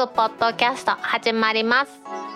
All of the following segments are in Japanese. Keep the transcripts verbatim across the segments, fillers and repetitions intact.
クポッドキャスト始まります。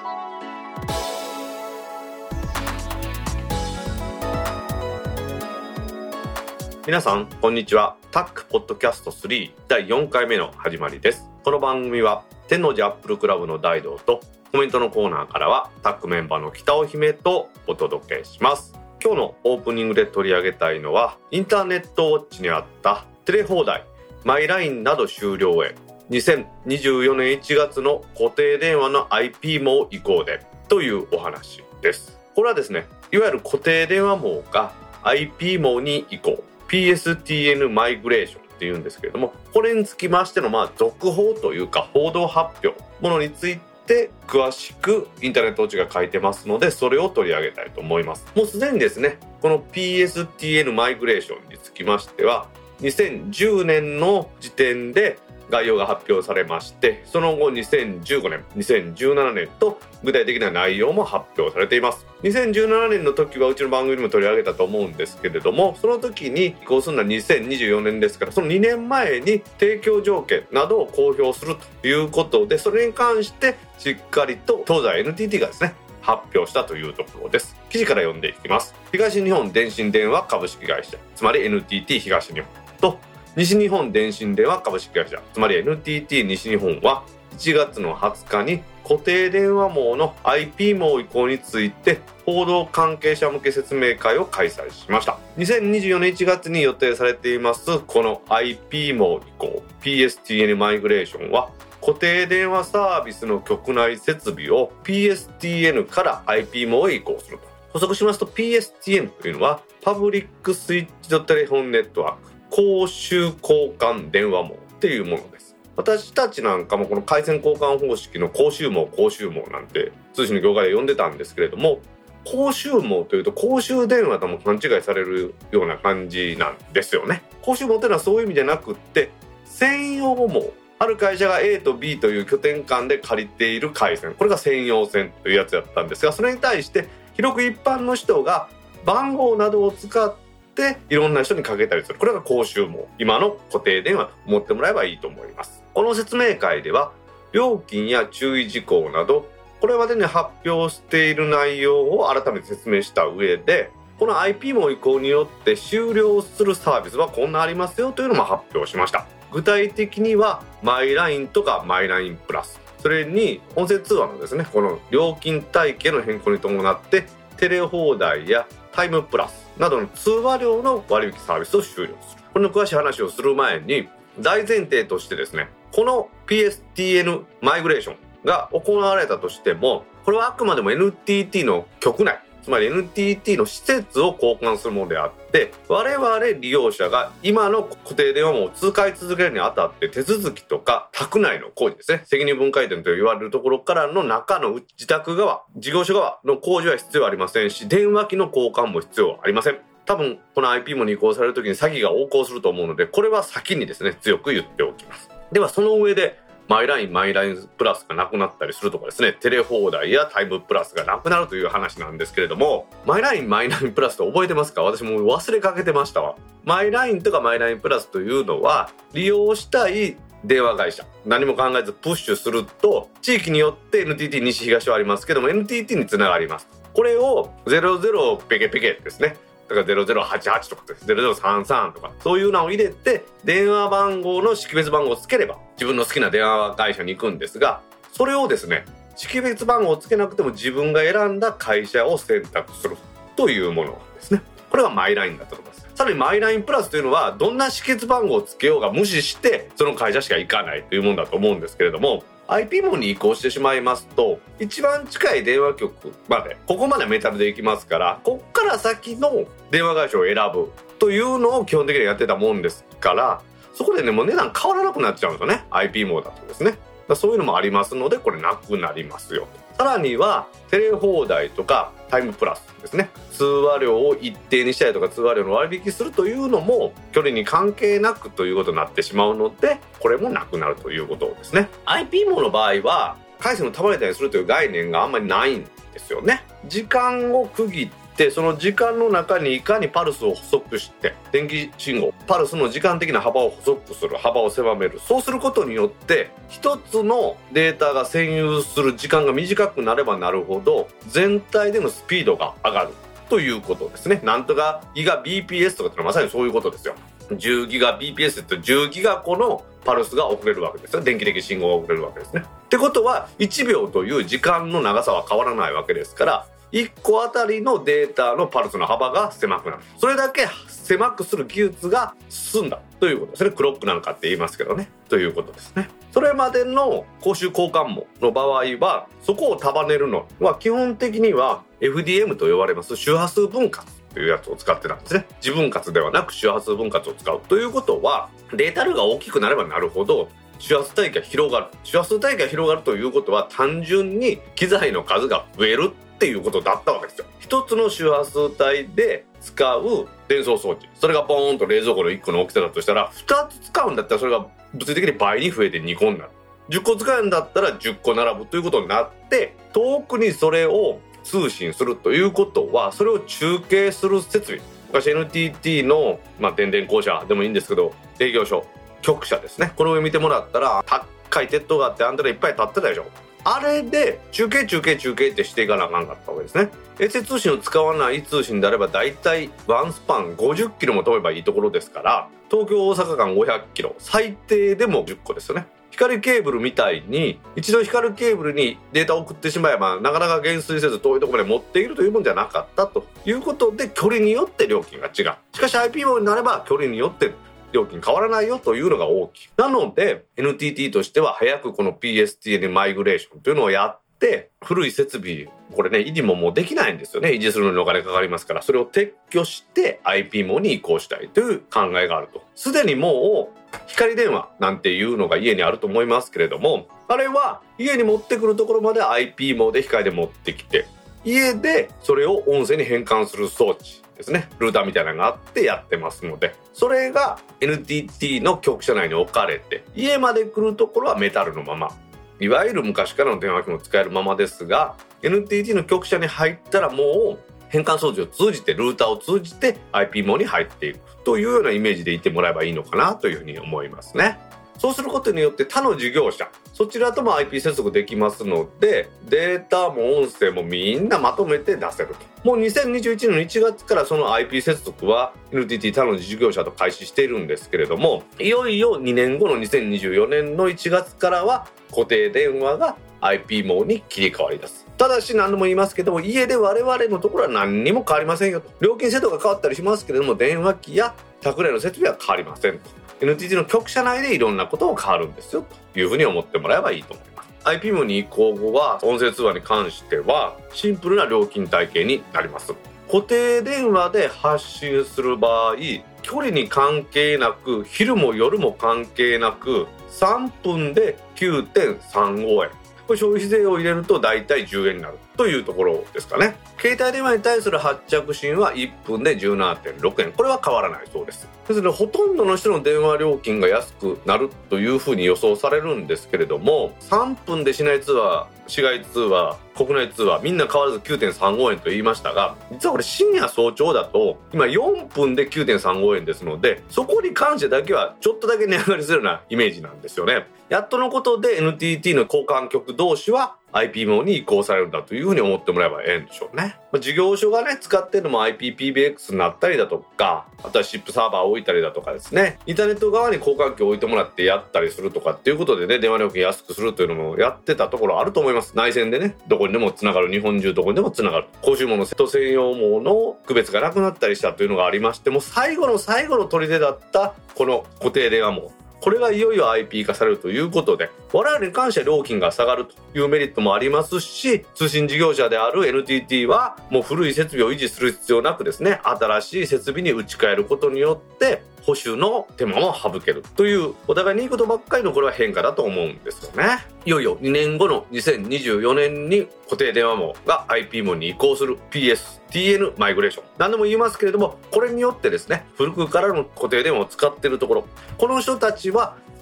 皆さんこんにちは。タックポッドキャストスリーだいよんかいめの始まりです。この番組は天王寺アップルクラブの大道とコメントのコーナーからはタックメンバーの北尾姫とお届けします。今日のオープニングで取り上げたいのはインターネットウォッチにあったテレ放題、マイラインなど終了へにせんにじゅうよねんいちがつの固定電話の アイピー 網移行でというお話です。これはですね、いわゆる固定電話網が アイピー 網に移行、ピーエスティーエヌ マイグレーションっていうんですけれども、これにつきましてのまあ続報というか報道発表ものについて詳しくインターネットウォッチが書いてますので、それを取り上げたいと思います。もうすでにですね、この ピーエスティーエヌ マイグレーションにつきましてはにせんじゅうねんの時点で概要が発表されまして、その後にせんじゅうごねん、にせんじゅうななねんと具体的な内容も発表されています。にせんじゅうななねんの時はうちの番組にも取り上げたと思うんですけれども、その時に移行するのはにせんにじゅうよねんですから、そのにねんまえに提供条件などを公表するということで、それに関してしっかりと東西 エヌティーティー がですね発表したというところです。記事から読んでいきます。東日本電信電話株式会社、つまり エヌティーティー 東日本と西日本電信電話株式会社、つまり エヌティーティー 西日本はいちがつのはつかに固定電話網の アイピー 網移行について報道関係者向け説明会を開催しました。にせんにじゅうよねんいちがつに予定されていますこの アイピー 網移行 ピーエスティーエヌ マイグレーションは、固定電話サービスの局内設備を ピーエスティーエヌ から アイピー 網へ移行すると。補足しますと ピーエスティーエヌ というのはパブリックスイッチドテレフォンネットワーク公衆交換電話網っていうものです。私たちなんかもこの回線交換方式の公衆網公衆網なんて通信の業界で呼んでたんですけれども、公衆網というと公衆電話とも勘違いされるような感じなんですよね。公衆網というのはそういう意味じゃなくって、専用網、ある会社が エー と ビー という拠点間で借りている回線、これが専用線というやつだったんですが、それに対して広く一般の人が番号などを使ってでいろんな人にかけたりする、これが公衆網、今の固定電話と思ってもらえばいいと思います。この説明会では料金や注意事項などこれまでに発表している内容を改めて説明した上で、この アイピー 網移行によって終了するサービスはこんなありますよというのも発表しました。具体的にはマイラインとかマイラインプラス、それに音声通話のですね、この料金体系の変更に伴ってテレ放題やタイムプラスなどの通話料の割引サービスを終了する。これの詳しい話をする前に大前提としてですね、この ピーエスティーエヌ マイグレーションが行われたとしても、これはあくまでも エヌティーティー の局内、つまり エヌティーティー の施設を交換するものであって、我々利用者が今の固定電話網を使い続けるにあたって手続きとか宅内の工事ですね、責任分解点と言われるところからの中の自宅側、事業所側の工事は必要ありませんし、電話機の交換も必要ありません。多分この アイピー 網に移行されるときに詐欺が横行すると思うので、これは先にですね強く言っておきます。ではその上でマイラインマイラインプラスがなくなったりするとかですね、テレ放題やタイムプラスがなくなるという話なんですけれども、マイラインマイラインプラスって覚えてますか？私も忘れかけてましたわ。マイラインとかマイラインプラスというのは利用したい電話会社、何も考えずプッシュすると地域によって エヌティーティー 西東はありますけども エヌティーティー につながります。これをゼロゼロペケペケですね、だからゼロゼロはちはちとかゼロゼロさんさんとかそういうのを入れて電話番号の識別番号をつければ自分の好きな電話会社に行くんですが、それをですね識別番号をつけなくても自分が選んだ会社を選択するというものですね。これがマイラインだと思います。さらにマイラインプラスというのはどんな識別番号をつけようが無視してその会社しか行かないというものだと思うんですけれども、 アイピー 網に移行してしまいますと一番近い電話局までここまでメタルで行きますから、こっから先の電話会社を選ぶというのを基本的にやってたもんですから、そこでねもう値段変わらなくなっちゃうんですよね、 アイピー 網だとですね。だそういうのもありますのでこれなくなりますよ。さらにはテレ放題とかタイムプラスですね、通話料を一定にしたりとか通話料の割引するというのも距離に関係なくということになってしまうので、これもなくなるということですね。 アイピー 網の場合は回線を束ねたりするという概念があんまりないんですよね。時間を区切っってその時間の中にいかにパルスを補足して電気信号パルスの時間的な幅を補足する幅を狭めるそうすることによって一つのデータが占有する時間が短くなればなるほど全体でのスピードが上がるということですね。なんとかギガ ビーピーエス とかってのはまさにそういうことですよ。じゅうギガ ビーピーエス ってじゅうギガ個のパルスが送れるわけですよ。電気的信号が送れるわけですね。ってことはいちびょうという時間の長さは変わらないわけですからいっこあたりのデータのパルスの幅が狭くなる。それだけ狭くする技術が進んだということですね。クロックなんかって言いますけどねということですね。それまでの公衆交換網の場合はそこを束ねるのは基本的には エフディーエム と呼ばれます周波数分割というやつを使ってたんですね。自分割ではなく周波数分割を使うということはデータ量が大きくなればなるほど周波数帯域が広がる。周波数帯域が広がるということは単純に機材の数が増えるっていうことだったわけですよ。一つの周波数帯で使う伝送装置それがボーンと冷蔵庫のいっこの大きさだとしたらふたつ使うんだったらそれが物理的に倍に増えてにこになる。じゅっこ使うんだったらじゅっこ並ぶということになって遠くにそれを通信するということはそれを中継する設備昔 エヌティーティー の、まあ、電電公社でもいいんですけど営業所局舎ですね。これを見てもらったら高い鉄塔があってアンテナいっぱい立ってたでしょ。あれで中継中継中継ってしていかなあかんかったわけですね。衛星通信を使わない通信であればだいたいワンスパンごじゅっキロも飛べばいいところですから東京大阪間ごひゃっキロ最低でもじゅっこですよね。光ケーブルみたいに一度光ケーブルにデータを送ってしまえばなかなか減衰せず遠いところまで持っているというものじゃなかったということで距離によって料金が違う。しかし アイピー 網になれば距離によって料金変わらないよというのが大きい。なので エヌティーティー としては早くこの ピーエスティーエヌ マイグレーションというのをやって古い設備これね維持ももうできないんですよね。維持するのにお金かかりますからそれを撤去して アイピー 網に移行したいという考えがあると。すでにもう光電話なんていうのが家にあると思いますけれどもあれは家に持ってくるところまで アイピー 網で光で持ってきて家でそれを音声に変換する装置ですねルーターみたいなのがあってやってますのでそれが エヌティーティー の局舎内に置かれて家まで来るところはメタルのままいわゆる昔からの電話機も使えるままですが エヌティーティー の局舎に入ったらもう変換装置を通じてルーターを通じて アイピー 網に入っていくというようなイメージでいてもらえばいいのかなというふうに思いますね。そうすることによって他の事業者そちらとも アイピー 接続できますのでデータも音声もみんなまとめて出せると。もうにせんにじゅういちねんのいちがつからその アイピー 接続は エヌティーティー 他の事業者と開始しているんですけれどもいよいよにねんごのにせんにじゅうよねんのいちがつからは固定電話が アイピー 網に切り替わります。ただし何度も言いますけども家で我々のところは何にも変わりませんよと。料金制度が変わったりしますけれども電話機や宅内の設備は変わりませんと。エヌティーティー の局舎内でいろんなことを変わるんですよというふうに思ってもらえばいいと思います。 アイピー 網に移行後は音声通話に関してはシンプルな料金体系になります。固定電話で発信する場合距離に関係なく昼も夜も関係なくさんぷんで きゅうてんさんごえんこれ消費税を入れるとだいたいじゅうえんになるというところですかね。携帯電話に対する発着信はいっぷんで じゅうななてんろくえんこれは変わらないそうです。ですのでほとんどの人の電話料金が安くなるというふうに予想されるんですけれどもさんぷんで市内通話市外通話国内通話みんな変わらず きゅうてんさんごえんと言いましたが実はこれ深夜早朝だと今よんぷんで きゅうてんさんごえんですのでそこに関してだけはちょっとだけ値上がりするようなイメージなんですよね。やっとのことで エヌティーティー の交換局同士は アイピー 網に移行されるんだというふうに思ってもらえばええんでしょうね。事業所がね使ってるのも アイピーピービーエックス になったりだとかあとはシップサーバーを置いたりだとかですねインターネット側に交換機を置いてもらってやったりするとかっていうことでね電話料金安くするというのもやってたところあると思います。内線でねどこにでもつながる日本中どこにでもつながる公衆網の瀬戸専用網の区別がなくなったりしたというのがありましても最後の最後の砦だったこの固定電話網これがいよいよ アイピー 化されるということで我々に関しては料金が下がるというメリットもありますし通信事業者である エヌティーティー はもう古い設備を維持する必要なくですね新しい設備に打ち替えることによって保守の手間も省けるというお互いにいいことばっかりのこれは変化だと思うんですよね。いよいよにねんごのにせんにじゅうよねんに固定電話網が アイピー 網に移行する ピーエスティーエヌ マイグレーション何度も言いますけれどもこれによってですね古くからの固定電話を使っているところこの人たちは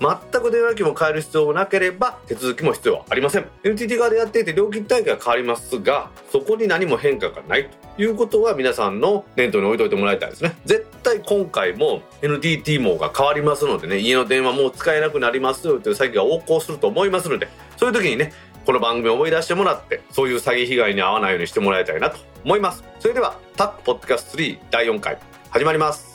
全く電話機も変える必要もなければ手続きも必要はありません。 エヌティーティー 側でやっていて料金体系は変わりますが、そこに何も変化がないということは皆さんの念頭に置いておいてもらいたいですね。絶対今回も エヌティーティー 網が変わりますのでね、家の電話もう使えなくなりますよという詐欺が横行すると思いますので、そういう時にね、この番組を思い出してもらって、そういう詐欺被害に遭わないようにしてもらいたいなと思います。それではタックポッドキャストスリーだいよんかい始まります。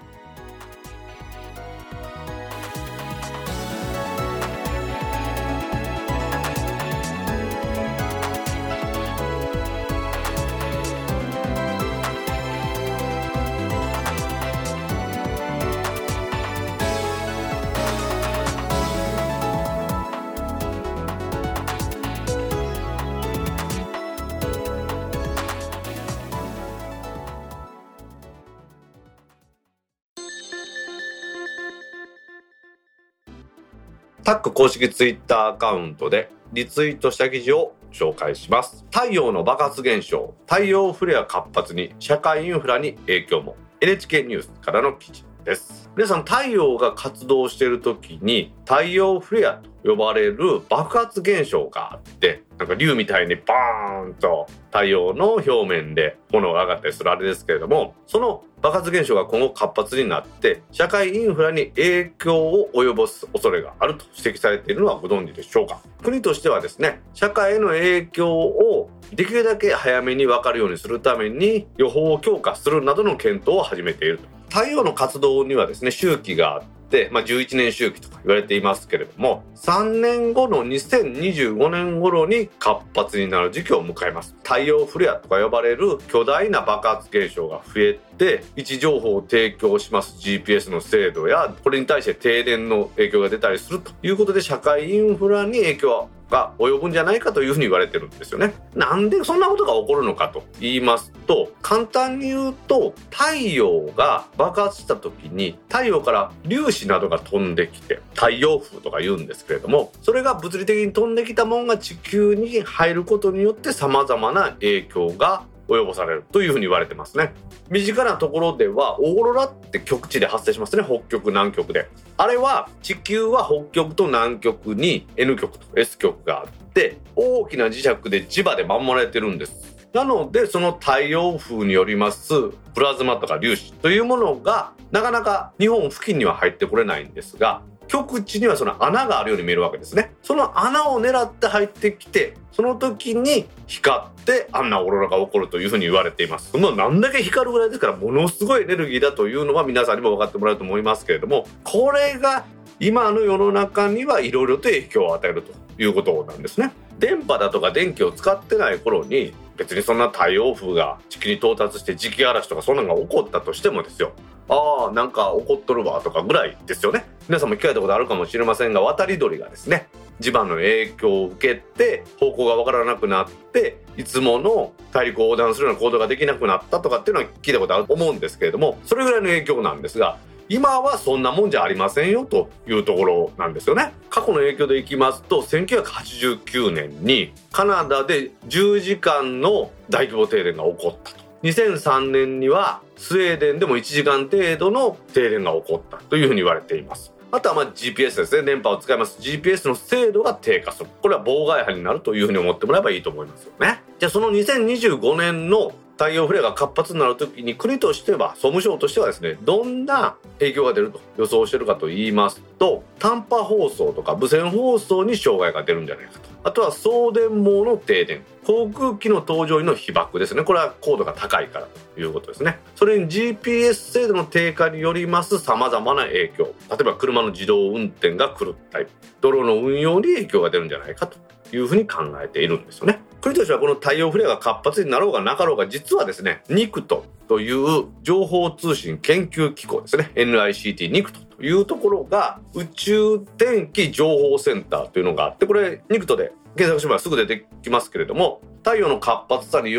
タック公式ツイッターアカウントでリツイートした記事を紹介します。太陽の爆発現象、太陽フレア活発に社会インフラに影響も。 エヌエイチケー ニュースからの記事です。皆さん、太陽が活動している時に太陽フレアと呼ばれる爆発現象があって、なんか竜みたいにバーンと太陽の表面で炎が上がったりするあれですけれども、その爆発現象が今後活発になって社会インフラに影響を及ぼす恐れがあると指摘されているのはご存知でしょうか。国としてはですね、社会への影響をできるだけ早めに分かるようにするために予報を強化するなどの検討を始めていると。太陽の活動にはですね、周期があって、まあ、じゅういちねん周期とか言われていますけれども、さんねんごのにせんにじゅうごねん頃に活発になる時期を迎えます。太陽フレアとか呼ばれる巨大な爆発現象が増えて、位置情報を提供します ジーピーエス の精度や、これに対して停電の影響が出たりするということで、社会インフラに影響が及ぶんじゃないかというふうに言われてるんですよね。なんでそんなことが起こるのかと言いますと、簡単に言うと、太陽が爆発した時に太陽から粒子などが飛んできて、太陽風とか言うんですけれども、それが物理的に飛んできたものが地球に入ることによって様々な影響が及ぼされるというふうに言われてますね。身近なところではオーロラって極地で発生しますね。北極南極で、あれは地球は北極と南極に エヌ 極と エス 極があって、大きな磁石で磁場で守られてるんです。なのでその太陽風によりますプラズマとか粒子というものがなかなか日本付近には入ってこれないんですが、極地にはその穴があるように見えるわけですね。その穴を狙って入ってきて、その時に光ってあんなオーロラが起こるというふうに言われています。もう何だけ光るぐらいですから、ものすごいエネルギーだというのは皆さんにも分かってもらえると思いますけれども、これが今の世の中にはいろいろと影響を与えるということなんですね。電波だとか電気を使ってない頃に別にそんな太陽風が地球に到達して磁気嵐とかそんなのが起こったとしてもですよ、ああなんか起こっとるわとかぐらいですよね。皆さんも聞かれたことあるかもしれませんが、渡り鳥がですね、磁場の影響を受けて方向がわからなくなって、いつもの大陸を横断するような行動ができなくなったとかっていうのは聞いたことあると思うんですけれども、それぐらいの影響なんですが、今はそんなもんじゃありませんよというところなんですよね。過去の影響でいきますと、せんきゅうひゃくはちじゅうきゅうねんにカナダでじゅうじかんの大規模停電が起こったと。にせんさんねんにはスウェーデンでもいちじかん程度の停電が起こったというふうに言われています。あとはまあ ジーピーエス ですね。電波を使います ジーピーエス の精度が低下する。これは妨害波になるというふうに思ってもらえばいいと思いますよね。じゃあそのにせんにじゅうごねんの太陽フレアが活発になるときに、国としては、総務省としてはですね、どんな影響が出ると予想しているかと言いますと、短波放送とか無線放送に障害が出るんじゃないかと。あとは送電網の停電、航空機の搭乗員の被爆ですね。これは高度が高いからということですね。それに ジーピーエス 精度の低下によります様々な影響、例えば車の自動運転が狂ったり、ドローンの運用に影響が出るんじゃないかというふうに考えているんですよね。国としてはこの太陽フレアが活発になろうがなかろうが、実はですね、ニクト という情報通信研究機構ですね、 エヌアイシーティー ニクト というところが宇宙天気情報センターというのがあって、これニクトで検索してもらえばすぐ出てきますけれども、太陽の活発さによっ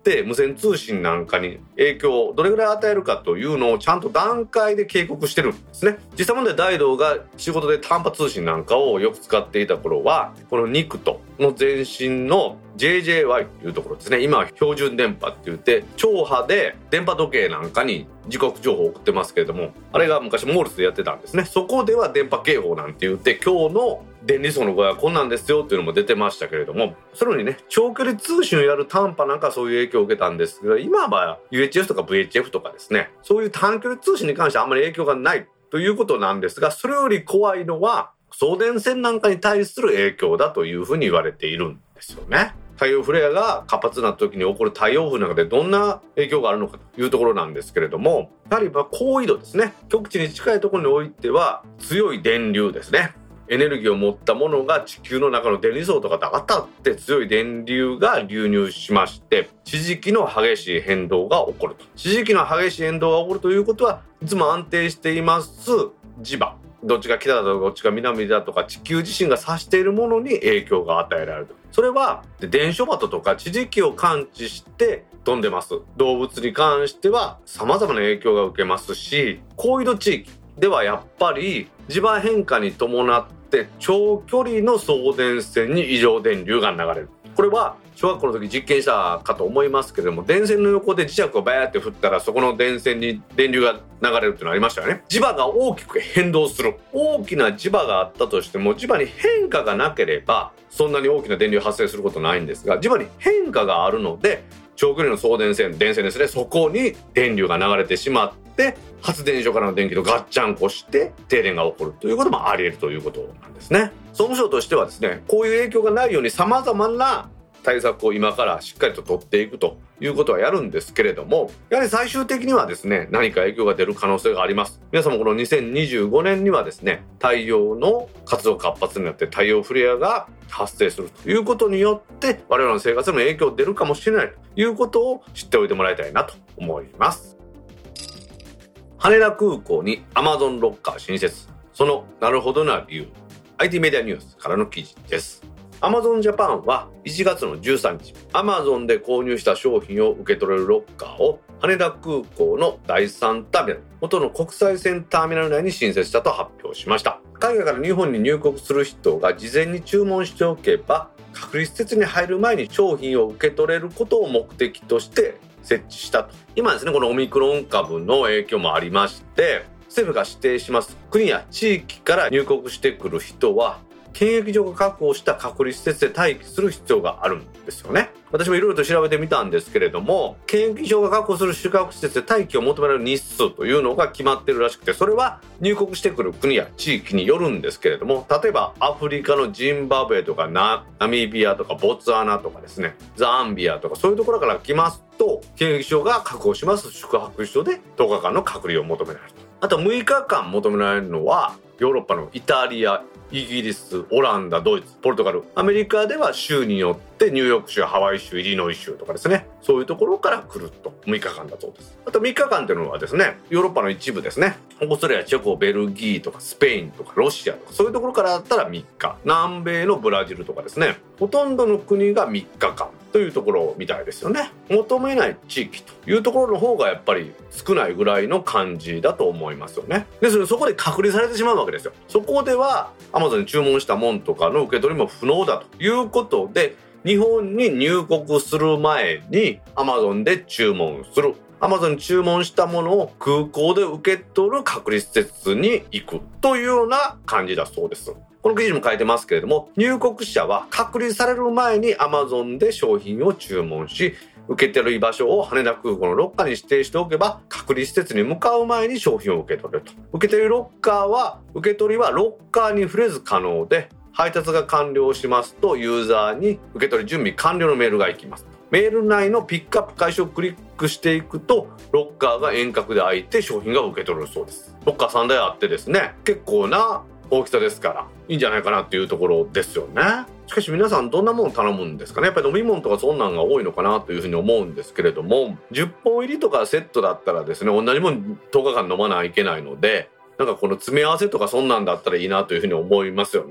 って無線通信なんかに影響をどれぐらい与えるかというのをちゃんと段階で警告してるんですね。実際問題、大道が仕事で短波通信なんかをよく使っていた頃は、このニクトの前身の ジェイジェーワイ というところですね。今は標準電波って言って超波で電波時計なんかに時刻情報を送ってますけれども、あれが昔モールスでやってたんですね。そこでは電波警報なんて言って今日の電離層の具合はこんなんですよっていうのも出てましたけれども、それにね、長距離通信をやる短波なんかそういう影響を受けたんですけど、今は ユーエイチエフ とか ブイエイチエフ とかですね、そういう短距離通信に関してはあんまり影響がないということなんですが、それより怖いのは送電線なんかに対する影響だというふうに言われているんですよね。太陽フレアが活発な時に起こる太陽風の中でどんな影響があるのかというところなんですけれども、やはり高緯度ですね、極地に近いところにおいては強い電流ですね、エネルギーを持ったものが地球の中の電離層とかと当たって強い電流が流入しまして、地磁気の激しい変動が起こると。地磁気の激しい変動が起こるということは、いつも安定しています磁場、どっちが北だとかどっちが南だとか地球自身が指しているものに影響が与えられると。それは電書バトとか地磁気を感知して飛んでます。動物に関しては様々な影響が受けますし、高緯度地域ではやっぱり磁場変化に伴って長距離の送電線に異常電流が流れる。これは小学校の時実験したかと思いますけれども、電線の横で磁石をバーって振ったらそこの電線に電流が流れるっていうのありましたよね。磁場が大きく変動する。大きな磁場があったとしても磁場に変化がなければそんなに大きな電流発生することないんですが、磁場に変化があるので長距離の送電線、電線ですね、そこに電流が流れてしまって発電所からの電気とガッチャンコして停電が起こるということもあり得るということなんですね。総務省としてはですね、こういう影響がないように様々な対策を今からしっかりと取っていくということはやるんですけれども、やはり最終的にはですね、何か影響が出る可能性があります。皆さんもこのにせんにじゅうごねんにはですね、太陽の活動活発になって太陽フレアが発生するということによって我々の生活にも影響出るかもしれないということを知っておいてもらいたいなと思います。羽田空港に Amazon ロッカー新設、そのなるほどな理由、 アイティー メディアニュースからの記事です。Amazon Japan はいちがつのじゅうさんにち、Amazon で購入した商品を受け取れるロッカーを羽田空港のだいさんターミナル、元の国際線ターミナル内に新設したと発表しました。海外から日本に入国する人が事前に注文しておけば、隔離施設に入る前に商品を受け取れることを目的として設置したと。今ですね、このオミクロン株の影響もありまして、政府が指定します国や地域から入国してくる人は検疫所が確保した隔離施設で待機する必要があるんですよね。私もいろいろと調べてみたんですけれども、検疫所が確保する宿泊施設で待機を求められる日数というのが決まっているらしくて、それは入国してくる国や地域によるんですけれども、例えばアフリカのジンバブエとか ナ, ナミビアとかボツワナとかですね、ザンビアとかそういうところから来ますと、検疫所が確保します宿泊所でとおかかんの隔離を求められると。あとむいかかん求められるのはヨーロッパのイタリア、イギリス、オランダ、ドイツ、ポルトガル、アメリカでは州によってニューヨーク州、ハワイ州、イリノイ州とかですね、そういうところから来るとむいかかんだそうです。あとみっかかんというのはですね、ヨーロッパの一部ですね、オーストラリア、チェコ、ベルギーとかスペインとかロシアとかそういうところからだったらみっか、南米のブラジルとかですね、ほとんどの国がみっかかんというところみたいですよね。求めない地域というところの方がやっぱり少ないぐらいの感じだと思いますよね。ですのでそこで隔離されてしまうわけですよ。そこでは Amazon に注文したもんとかの受け取りも不能だということで、日本に入国する前に Amazon で注文する、Amazon に注文したものを空港で受け取る隔離施設に行くというような感じだそうです。この記事にも書いてますけれども、入国者は隔離される前に Amazon で商品を注文し、受け取る場所を羽田空港のロッカーに指定しておけば、隔離施設に向かう前に商品を受け取れると。受け取りロッカーは、受け取りはロッカーに触れず可能で、配達が完了しますとユーザーに受け取り準備完了のメールが行きます。メール内のピックアップ開始をクリックしていくと、ロッカーが遠隔で開いて商品が受け取れるそうです。ロッカーさんだいあってですね、結構な大きさですからいいんじゃないかなっていうところですよね。しかし皆さんどんなもの頼むんですかね。やっぱり飲み物とかそんなんが多いのかなというふうに思うんですけれども、じゅっぽん入りとかセットだったらですね、同じもんとおかかん飲まないといけないので、なんかこの詰め合わせとかそんなんだったらいいなというふうに思いますよね。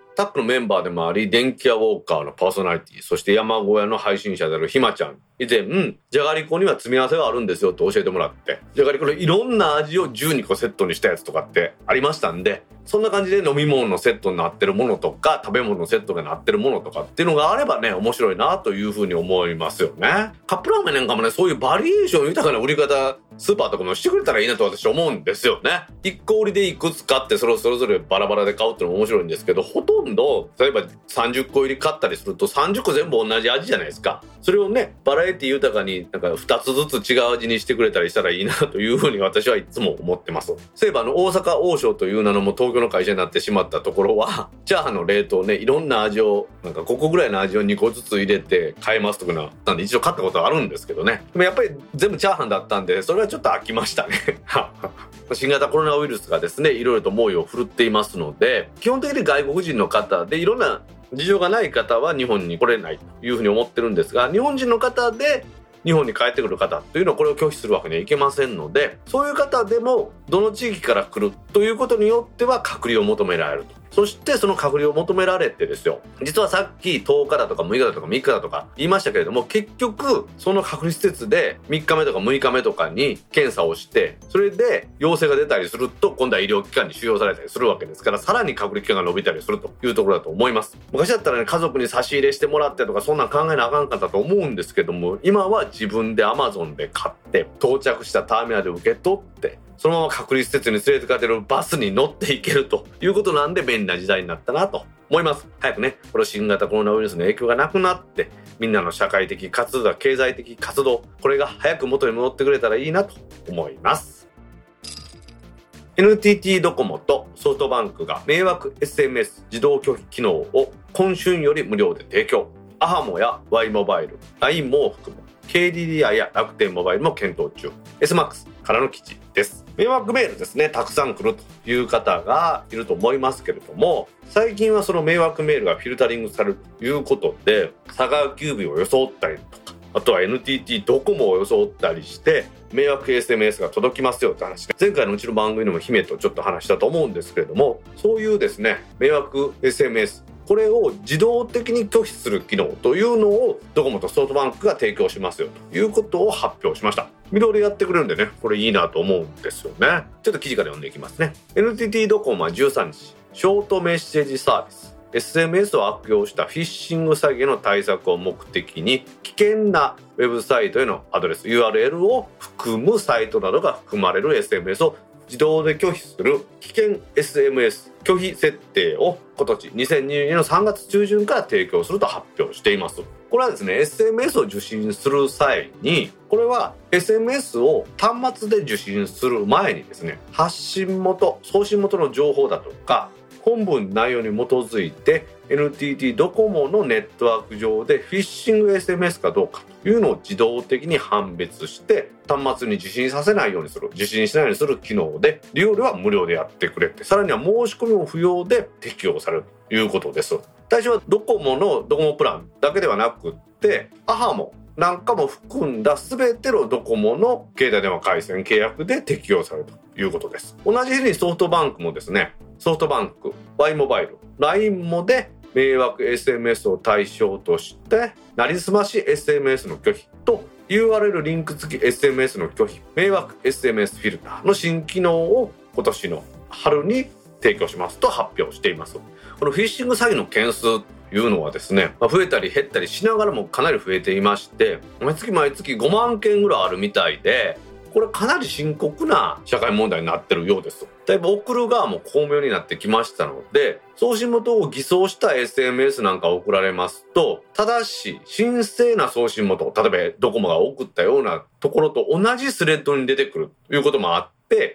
タックのメンバーでもあり電気屋ウォーカーのパーソナリティ、そして山小屋の配信者であるひまちゃん、以前、うん、じゃがりこには詰め合わせがあるんですよと教えてもらって、じゃがりこのいろんな味をじゅうにこセットにしたやつとかってありましたんで、そんな感じで飲み物のセットになってるものとか食べ物のセットになってるものとかっていうのがあればね、面白いなというふうに思いますよね。カップラーメンなんかもね、そういうバリエーション豊かな売り方スーパーとかもしてくれたらいいなと私は思うんですよね。いっこ売りでいくつ買ってそれをそれぞれバラバラで買うっていうのも面白いんですけど、ほとんど例えばさんじゅっこ入り買ったりするとさんじゅっこ全部同じ味じゃないですか。それをね、バラエティ豊かになんかふたつずつ違う味にしてくれたりしたらいいなというふうに私はいつも思ってます。そういえばあの大阪王将という名のも東京の会社になってしまったところは、チャーハンの冷凍ね、いろんな味をなんかごこぐらいの味をにこずつ入れて買えますとかな、なんで一度買ったことはあるんですけどね。でもやっぱり全部チャーハンだったんで、それはちょっと飽きましたね。新型コロナウイルスがですね、いろいろと猛威を振るっていますので、基本的に外国人の方でいろんな事情がない方は日本に来れないというふうに思ってるんですが、日本人の方で日本に帰ってくる方というのはこれを拒否するわけにはいけませんので、そういう方でもどの地域から来るということによっては隔離を求められると。そしてその隔離を求められてですよ、実はさっきとおかだとかむいかだとかみっかだとか言いましたけれども、結局その隔離施設でみっかめとかむいかめとかに検査をして、それで陽性が出たりすると今度は医療機関に収容されたりするわけですから、さらに隔離期間が延びたりするというところだと思います。昔だったらね、家族に差し入れしてもらってとかそんなん考えなあかんかったと思うんですけども、今は自分で Amazon で買って到着したターミナルで受け取ってそのまま隔離施設に連れてかれるバスに乗っていけるということなんで便利な時代になったなと思います。早くね、この新型コロナウイルスの影響がなくなってみんなの社会的活動、経済的活動、これが早く元に戻ってくれたらいいなと思います。 エヌティーティー ドコモとソフトバンクが迷惑 エスエムエス 自動拒否機能を今春より無料で提供。アハモや Y モバイル、ライン も含む ケーディーディーアイ や楽天モバイルも検討中。 エスマックス からの記事です。迷惑メールですね、たくさん来るという方がいると思いますけれども、最近はその迷惑メールがフィルタリングされるということで、佐川急便を装ったりとか、あとは エヌティーティー ドコモを装ったりして迷惑 エスエムエス が届きますよって話で、前回のうちの番組でも姫とちょっと話したと思うんですけれども、そういうですね迷惑 エスエムエス、これを自動的に拒否する機能というのをドコモとソフトバンクが提供しますよということを発表しました。無料でやってくれるんでね、これいいなと思うんですよね。ちょっと記事から読んでいきますね。 エヌティーティー ドコモはじゅうさんにち、ショートメッセージサービス エスエムエス を悪用したフィッシング詐欺の対策を目的に、危険なウェブサイトへのアドレス ユーアールエル を含むサイトなどが含まれる エスエムエス を自動で拒否する危険 エスエムエス 拒否設定を今年にせんにじゅうにねんのさんがつちゅうじゅんから提供すると発表しています。これはですね エスエムエス を受信する際に、これは エスエムエス を端末で受信する前にですね、発信元、送信元の情報だとか本文内容に基づいて エヌティーティー ドコモのネットワーク上でフィッシング エスエムエス かどうかというのを自動的に判別して端末に受信させないようにする、受信しないようにする機能で、利用料は無料でやってくれて、さらには申し込みも不要で適用されるということです。対象はドコモのドコモプランだけではなくってアハモなんかも含んだ全てのドコモの携帯電話回線契約で適用されるということです。同じ日にソフトバンクもですね、ソフトバンク、Y モバイル、ライン もで迷惑 エスエムエス を対象としてなりすまし エスエムエス の拒否と ユーアールエル リンク付き エスエムエス の拒否、迷惑 エスエムエス フィルターの新機能を今年の春に提供しますと発表しています。このフィッシング詐欺の件数というのはですね、増えたり減ったりしながらもかなり増えていまして、毎月毎月ごまんけんぐらいあるみたいで、これかなり深刻な社会問題になってるようです。だいぶ送る側も巧妙になってきましたので、送信元を偽装した エスエムエス なんか送られますと、ただし神聖な送信元、例えばドコモが送ったようなところと同じスレッドに出てくるということもあって、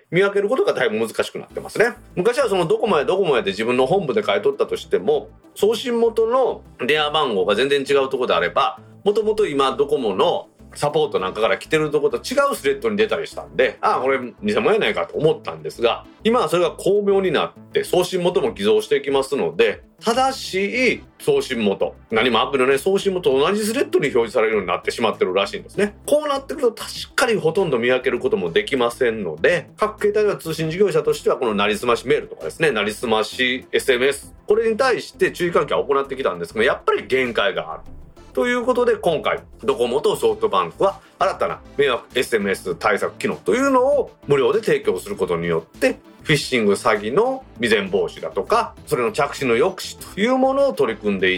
見分けることがだいぶ難しくなってますね。昔はそのドコモやドコモやで自分の本部で買い取ったとしても、送信元の電話番号が全然違うところであれば、もともと今ドコモのサポートなんかから来てるところと違うスレッドに出たりしたんで、ああこれ偽物やないかと思ったんですが、今はそれが巧妙になって送信元も偽造していきますので、 正しい送信元、何もアプリのね送信元と同じスレッドに表示されるようになってしまってるらしいんですね。こうなってくると確かにほとんど見分けることもできませんので、各携帯では通信事業者としてはこのなりすましメールとかですね、なりすまし エスエムエス、これに対して注意喚起は行ってきたんですが、やっぱり限界があるということで、今回ドコモとソフトバンクは新たな迷惑 エスエムエス 対策機能というのを無料で提供することによって、フィッシング詐欺の未然防止だとか、それの着手の抑止というものを取り組んでいって、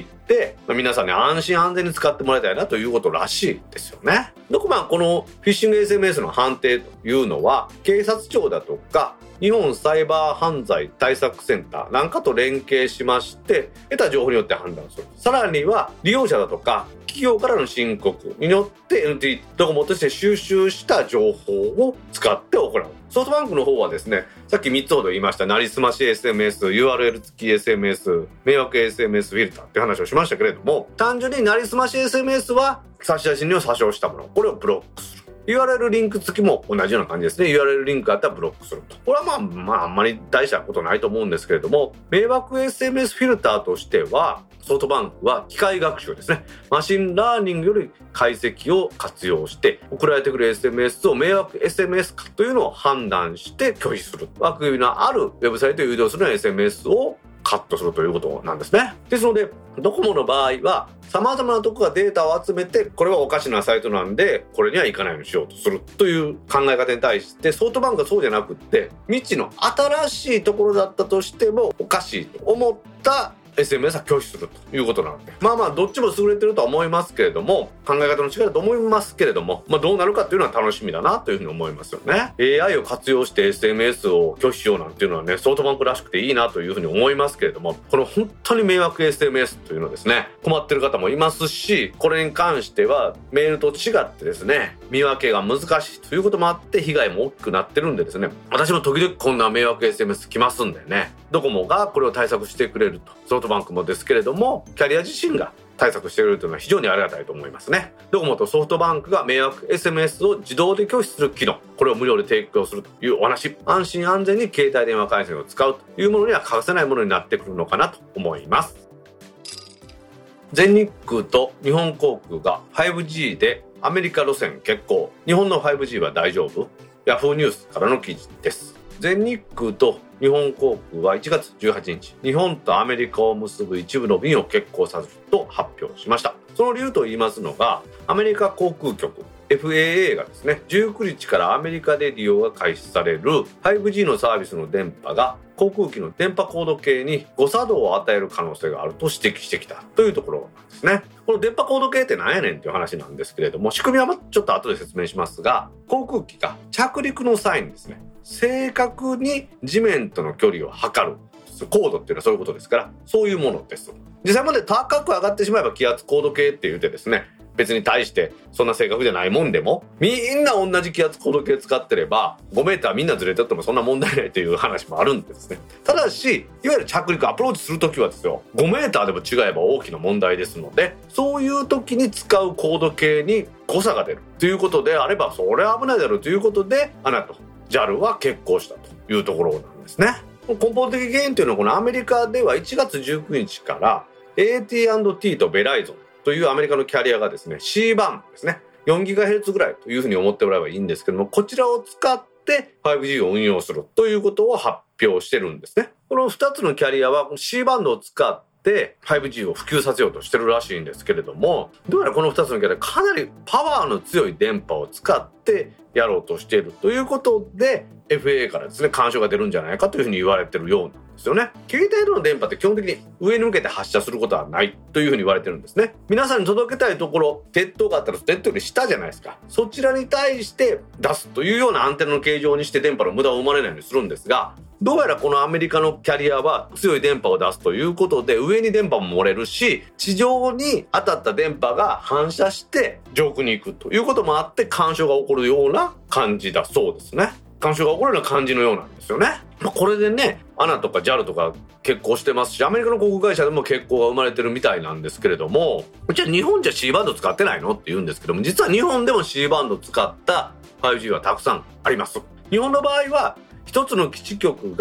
皆さんに安心安全に使ってもらいたいなということらしいですよね。ドコモはこのフィッシング エスエムエス の判定というのは、警察庁だとか日本サイバー犯罪対策センターなんかと連携しまして、得た情報によって判断する。さらには利用者だとか企業からの申告によって エヌティー ドコモとして収集した情報を使って行う。ソフトバンクの方はですね、さっきみっつほど言いましたなりすまし エスエムエス、ユーアールエル 付き エスエムエス、迷惑 エスエムエス フィルターって話をしましたけれども、単純になりすまし エスエムエス は差出人を詐称したもの、これをブロックする。ユーアールエル リンク付きも同じような感じですね。ユーアールエル リンクあったらブロックすると。これはまあ、まああんまり大したことないと思うんですけれども、迷惑 エスエムエス フィルターとしては、ソフトバンクは機械学習ですね。マシンラーニングより解析を活用して、送られてくる エスエムエス を迷惑 エスエムエス かというのを判断して拒否する。枠組みのあるウェブサイトを誘導する エスエムエス をカットするということなんですね。ですので、ドコモの場合は様々なところがデータを集めて、これはおかしなサイトなんでこれには行かないようにしようとするという考え方に対して、ソフトバンクはそうじゃなくって、未知の新しいところだったとしてもおかしいと思ったエスエムエス は拒否するということなので、まあまあどっちも優れてるとは思いますけれども、考え方の違いだと思いますけれども、まあどうなるかっていうのは楽しみだなというふうに思いますよね。 エーアイ を活用して エスエムエス を拒否しようなんていうのはね、ソフトバンクらしくていいなというふうに思いますけれども、この本当に迷惑 エスエムエス というのですね、困ってる方もいますし、これに関してはメールと違ってですね、見分けが難しいということもあって被害も大きくなってるんでですね、私も時々こんな迷惑 エスエムエス 来ますんでね、ドコモがこれを対策してくれると、ソフトバンクもですけれどもキャリア自身が対策してくれるというのは非常にありがたいと思いますね。ドコモとソフトバンクが迷惑 エスエムエス を自動で拒否する機能、これを無料で提供するというお話、安心安全に携帯電話回線を使うというものには欠かせないものになってくるのかなと思います。全日空と日本航空が ファイブジー でアメリカ路線欠航、日本の ファイブジー は大丈夫？ヤフーニュースからの記事です。全日空と日本航空はいちがつじゅうはちにち、日本とアメリカを結ぶ一部の便を欠航させると発表しました。その理由と言いますのが、アメリカ航空局 エフエーエー がですね、じゅうくにちからアメリカで利用が開始される ファイブジー のサービスの電波が航空機の電波高度計に誤作動を与える可能性があると指摘してきたというところなんですね。この電波高度計って何やねんっていう話なんですけれども、仕組みはちょっと後で説明しますが、航空機が着陸の際にですね、正確に地面との距離を測る高度っていうのはそういうことですから、そういうものです。実際まで高く上がってしまえば気圧高度計って言ってですね、別に対してそんな正確じゃないもんでも、みんな同じ気圧高度計使ってればごメーターみんなずれてってもそんな問題ないという話もあるんですね。ただし、いわゆる着陸アプローチするときはですよ、ごメーターでも違えば大きな問題ですので、そういう時に使う高度計に誤差が出るということであれば、それは危ないだろうということで、アナと ジャル は欠航したというところなんですね。根本的原因というのは、このアメリカではいちがつじゅうくにちから エーティーアンドティー とベライゾンというアメリカのキャリアがですね、 C バンドですね、よんギガヘルツ ぐらいというふうに思ってもらえばいいんですけども、こちらを使って ファイブジー を運用するということを発表してるんですね。このふたつのキャリアは C バンドを使ってファイブジー を普及させようとしてるらしいんですけれども、どうやらこのふたつのキャリアかなりパワーの強い電波を使ってやろうとしているということで、 エフエーエー からですね、干渉が出るんじゃないかというふうに言われてるようなんですよね。携帯の電波って基本的に上に向けて発射することはないというふうに言われてるんですね。皆さんに届けたいところ、鉄塔があったら鉄塔より下じゃないですか。そちらに対して出すというようなアンテナの形状にして電波の無駄を生まれないようにするんですが、どうやらこのアメリカのキャリアは強い電波を出すということで、上に電波も漏れるし、地上に当たった電波が反射して上空に行くということもあって、干渉が起こるような感じだそうですね。干渉が起こるような感じのようなんですよね。これでね、アナとか ジャル とか欠航してますし、アメリカの航空会社でも欠航が生まれてるみたいなんですけれども、じゃあ日本じゃ C バンド使ってないのって言うんですけども、実は日本でも C バンド使った ファイブジー はたくさんあります。日本の場合は一つの基地局が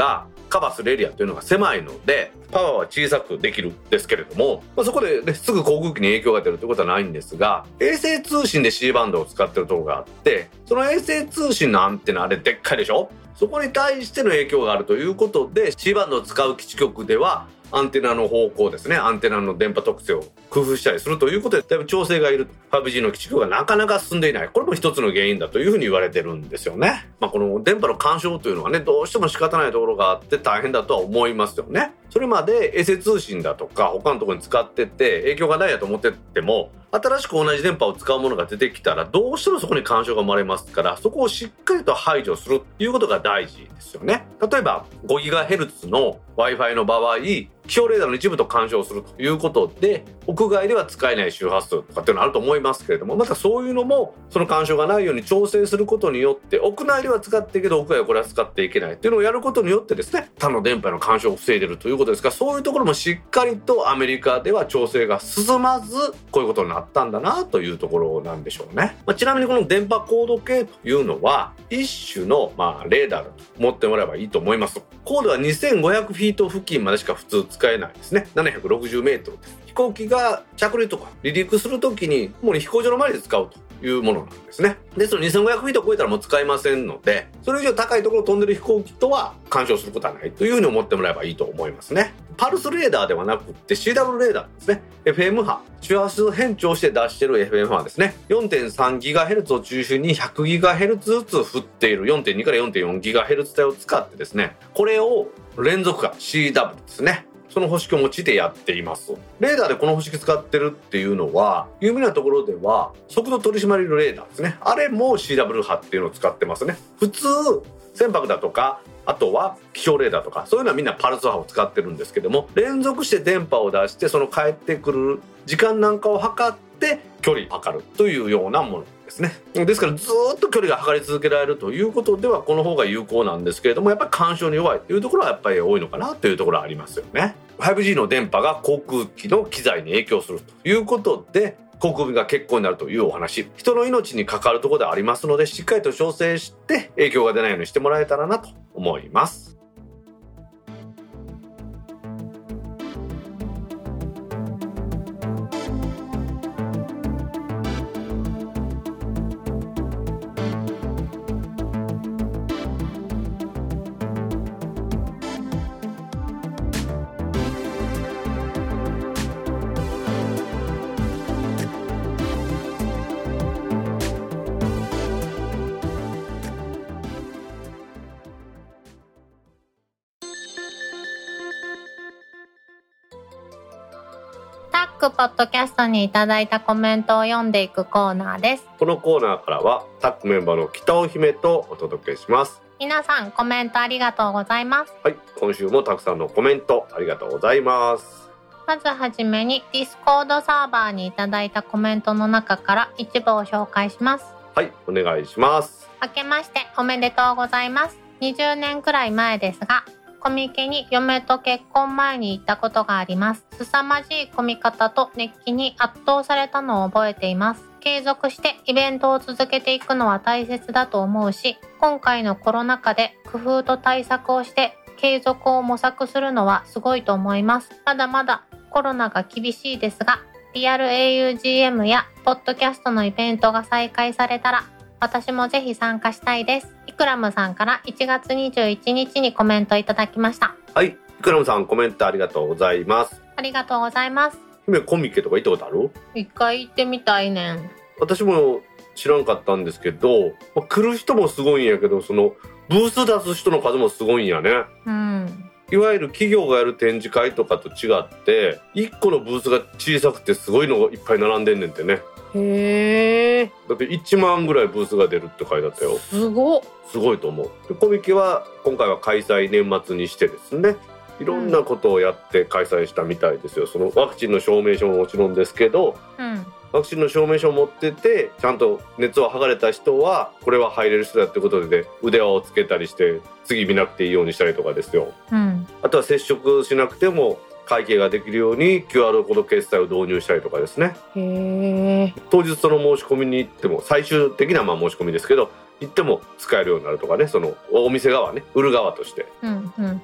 カバーするエリアというのが狭いのでパワーは小さくできるんですけれども、まあ、そこで、ね、すぐ航空機に影響が出るということはないんですが、衛星通信で C バンドを使ってるところがあって、その衛星通信のアンテナあれでっかいでしょ。そこに対しての影響があるということで C バンドを使う基地局ではアンテナの方向ですね、アンテナの電波特性を工夫したりするということでだいぶ調整がいる。 ファイブジー の基地局がなかなか進んでいない、これも一つの原因だというふうに言われてるんですよね。まあ、この電波の干渉というのはね、どうしても仕方ないところがあって大変だとは思いますよね。それまで衛星通信だとか他のところに使ってて影響がないやと思ってても、新しく同じ電波を使うものが出てきたらどうしてもそこに干渉が生まれますから、そこをしっかりと排除するということが大事ですよね。例えば ごギガヘルツ の Wi-Fi の場合、気象レーダーの一部と干渉するということで屋外では使えない周波数とかっていうのがあると思いますけれども、またそういうのもその干渉がないように調整することによって屋内では使っていいけど屋外はこれは使っていけないっていうのをやることによってですね、他の電波の干渉を防いでいるということですから、そういうところもしっかりとアメリカでは調整が進まずこういうことになったんだなというところなんでしょうね。まあ、ちなみにこの電波高度計というのは一種のまあレーダーだと思ってもらえばいいと思います。高度はにせんごひゃくフィート付近までしか普通使えないですね。ななひゃくろくじゅうメートルです。飛行機が着陸とか離陸するときにもう飛行場の前で使うというものなんですね。ですのでにせんごひゃくフィート超えたらもう使えませんので、それ以上高いところを飛んでる飛行機とは干渉することはないというふうに思ってもらえばいいと思いますね。パルスレーダーではなくて シーダブリュー レーダーですね。 エフエム 波、周波数変調して出している エフエム 波ですね。 よんてんさんギガヘルツ を中心に ひゃくギガヘルツ ずつ振っている よんてんに から よんてんよんギガヘルツ 帯を使ってですね、これを連続化 シーダブリュー ですね、その方式を用いてやっています。レーダーでこの方式使ってるっていうのは有名なところでは速度取り締まりのレーダーですね、あれも シーダブリュー 波っていうのを使ってますね。普通船舶だとかあとは気象レーダーとかそういうのはみんなパルス波を使ってるんですけども、連続して電波を出してその帰ってくる時間なんかを測って距離を測るというようなものですね。ですからずっと距離が測り続けられるということではこの方が有効なんですけれども、やっぱり干渉に弱いというところはやっぱり多いのかなというところはありますよね。 ファイブジー の電波が航空機の機材に影響するということで航空便が欠航になるというお話、人の命に関わるところでありますので、しっかりと調整して影響が出ないようにしてもらえたらなと思います。 タックポッドキャストにいただいたコメントを読んでいくコーナーです。 このコーナーからはタックメンバーの北尾姫とお届けします。 皆さんコメントありがとうございます。 はい、今週もたくさんのコメントありがとうございます。 まずはじめに Discord サーバーにいただいたコメントの中から一部を紹介します。 はい、お願いします。 明けましておめでとうございます。にじゅうねんくらい前ですがコミケに嫁と結婚前に行ったことがあります。凄まじい混み方と熱気に圧倒されたのを覚えています。継続してイベントを続けていくのは大切だと思うし、今回のコロナ禍で工夫と対策をして継続を模索するのはすごいと思います。まだまだコロナが厳しいですが、リアル エーユージーエム やポッドキャストのイベントが再開されたら私もぜひ参加したいです。イクラムさんからいちがつにじゅういちにちにコメントいただきました。 はい、イクラムさんコメントありがとうございます。 ありがとうございます。 姫コミケとか行ったことある？ 一回行ってみたいねん。 私も知らんかったんですけど、まあ、来る人もすごいんやけど、そのブース出す人の数もすごいんやね。 うん。 いわゆる企業がやる展示会とかと違っていっこのブースが小さくてすごいのがいっぱい並んでんねんってね。 へー。 だっていちまんぐらいブースが出るって書いてあったよ。 すごっ。 すごいと思う。でコミケは今回は開催年末にしてですね、いろんなことをやって開催したみたいですよ。そのワクチンの証明書ももちろんですけど、 うん、 ワクチンの証明書を持っててちゃんと熱を測れた人はこれは入れる人だってことで腕輪をつけたりして次見なくていいようにしたりとかですよ、 うん、 あとは接触しなくても会計ができるように キューアール コード決済を導入したりとかですね。 へー。 当日その申し込みに行っても最終的なまあ申し込みですけど行っても使えるようになるとかね、そのお店側ね、売る側として、 うんうん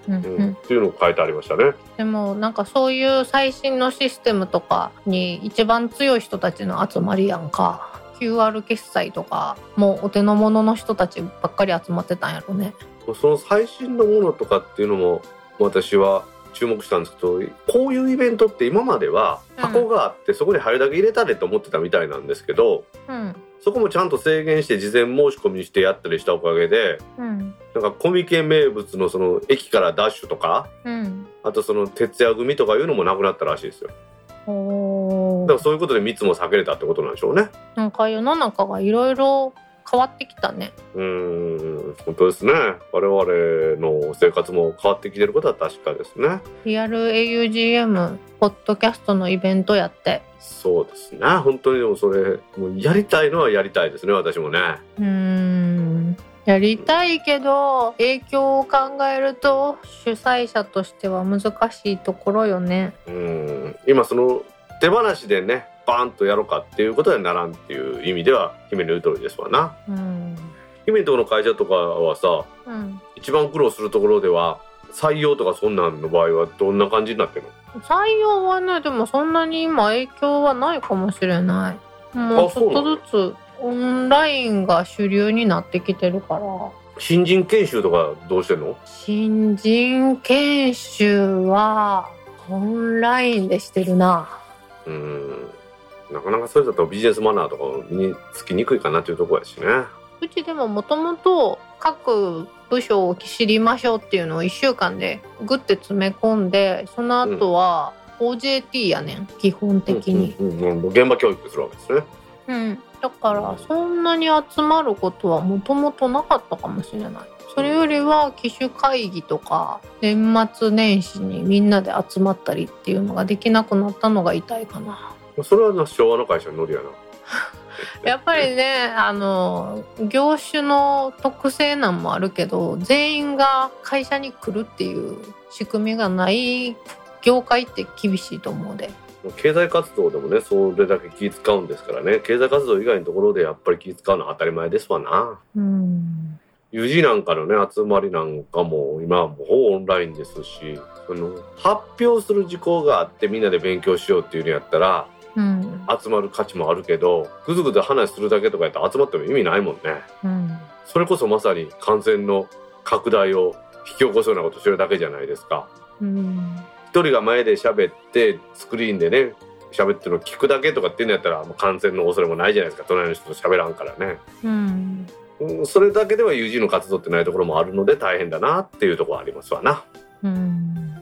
うんうんうん、 っていうのを書いてありましたね。 でもなんかそういう最新のシステムとかに一番強い人たちの集まりやんか。 キューアール 決済とかもうお手の物の人たちばっかり集まってたんやろね。 その最新のものとかっていうのも私は注目したんですけど、こういうイベントって今までは箱があってそこに入るだけ入れたれと思ってたみたいなんですけど、 うん、 そこもちゃんと制限して事前申し込みにしてやったりしたおかげで、 うん、 なんかコミケ名物のその駅からダッシュとか、 うん、 あとその徹夜組とかいうのもなくなったらしいですよ。 おだからそういうことで密も避けれたってことなんでしょうね。 なんか世の中がいろいろ変わってきたね。 うーん、本当ですね。我々の生活も変わってきてることは確かですね。 リアル エーユージーエム ポッドキャストのイベントやって。 そうですね。本当にでもそれもうやりたいのはやりたいですね、私もね。 うーん、やりたいけど影響を考えると主催者としては難しいところよね。 うーん、今その手放しでねバーンとやろうかっていうことにならんっていう意味では姫の言う通りですわな。 うん、 姫のところの会社とかはさ、 うん、 一番苦労するところでは採用とかそんなんの場合はどんな感じになってるの？ 採用はね、でもそんなに今影響はないかもしれない。もうちょっとずつオンラインが主流になってきてるから。 新人研修とかどうしてんの？ 新人研修はオンラインでしてるな。 うーん、なかなかそれだとビジネスマナーとか身につきにくいかなっていうところやしね。 うちでももともと各部署を知りましょうっていうのをいっしゅうかんでグッて詰め込んで、その後は オージェーティー やねん基本的に、 うんうんうん、現場教育するわけですね。 うん、だからそんなに集まることはもともとなかったかもしれない。それよりは機種会議とか年末年始にみんなで集まったりっていうのができなくなったのが痛いかな。 それは昭和の会社のノリやな。 やっぱりね、あの業種の特性なんもあるけど、全員が会社に来るっていう仕組みがない業界って厳しいと思うで。 経済活動でもねそれだけ気使うんですからね。経済活動以外のところでやっぱり気使うのは当たり前ですわな。 うん、 ユージー なんかのね集まりなんかも今はもうほぼオンラインですし、その発表する事項があってみんなで勉強しようっていうのやったら、うん、集まる価値もあるけど、ぐずぐず話するだけとかやったら集まっても意味ないもんね、 うん、 それこそまさに感染の拡大を引き起こすようなことしてるだけじゃないですか。 うん、 一人が前で喋ってスクリーンでね喋ってるのを聞くだけとかっていうのやったらもう感染の恐れもないじゃないですか。隣の人と喋らんからね、 うんうん、それだけでは ユージー の活動ってないところもあるので大変だなっていうところはありますわな、 うん、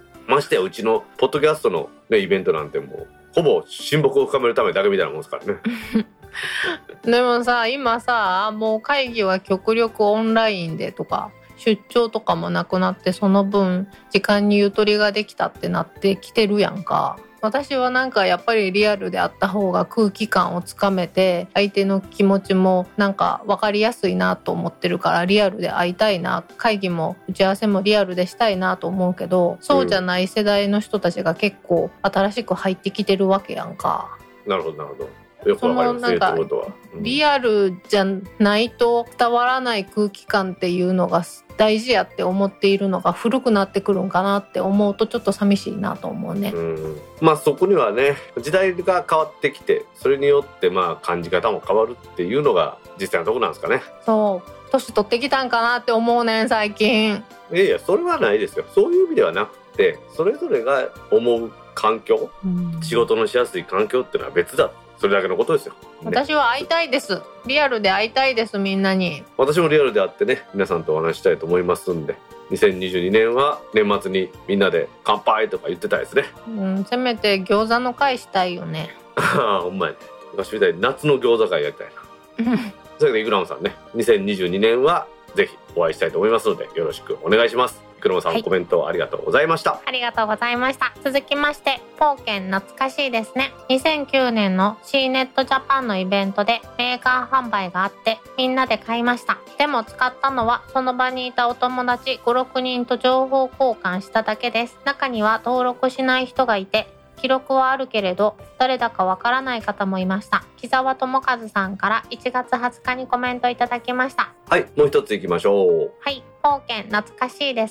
ましてやうちのポッドキャストの、ね、イベントなんてもうほぼ親睦を深めるためだけみたいなもんですからねでもさ、今さもう会議は極力オンラインでとか出張とかもなくなって、その分時間にゆとりができたってなってきてるやんか。私はなんかやっぱりリアルであった方が空気感をつかめて相手の気持ちもなんか分かりやすいなと思ってるから、リアルで会いたいな、会議も打ち合わせもリアルでしたいなと思うけど、そうじゃない世代の人たちが結構新しく入ってきてるわけやんか。 なるほどなるほど、よくわかりますね。ということは、うん、 リアルじゃないと伝わらない空気感っていうのが大事やって思っているのが古くなってくるんかなって思うとちょっと寂しいなと思うね。 うん、まあそこにはね時代が変わってきて、それによってまあ感じ方も変わるっていうのが実際のところなんですかね。 そう年取ってきたんかなって思うねん最近。 いやいやそれはないですよ。そういう意味ではなくて、それぞれが思う環境、うん、仕事のしやすい環境っていうのは別だ、それだけのことですよ、ね、 私は会いたいです。リアルで会いたいです。みんなに。 私もリアルで会ってね皆さんとお話したいと思いますんで、にせんにじゅうにねんは年末にみんなで乾杯とか言ってたいですね。 うん、せめて餃子の会したいよね。 ああほんまやね。昔みたいに夏の餃子会やりたいなそれでイクラムさんね、にせんにじゅうにねんはぜひお会いしたいと思いますのでよろしくお願いします。イクラムさん、はい、コメントありがとうございました。 ありがとうございました。続きましてポーケン懐かしいですね。にせんきゅうねんの シーネットジャパンのイベントでメーカー販売があってみんなで買いました。でも使ったのはその場にいたお友達ご、ろくにんと情報交換しただけです。中には登録しない人がいて記録はあるけれど誰だかわからない方もいました。木澤智和さんからいちがつはつかにコメントいただきました。 はい、もう一ついきましょう。 はい、ポーケン懐かしいですが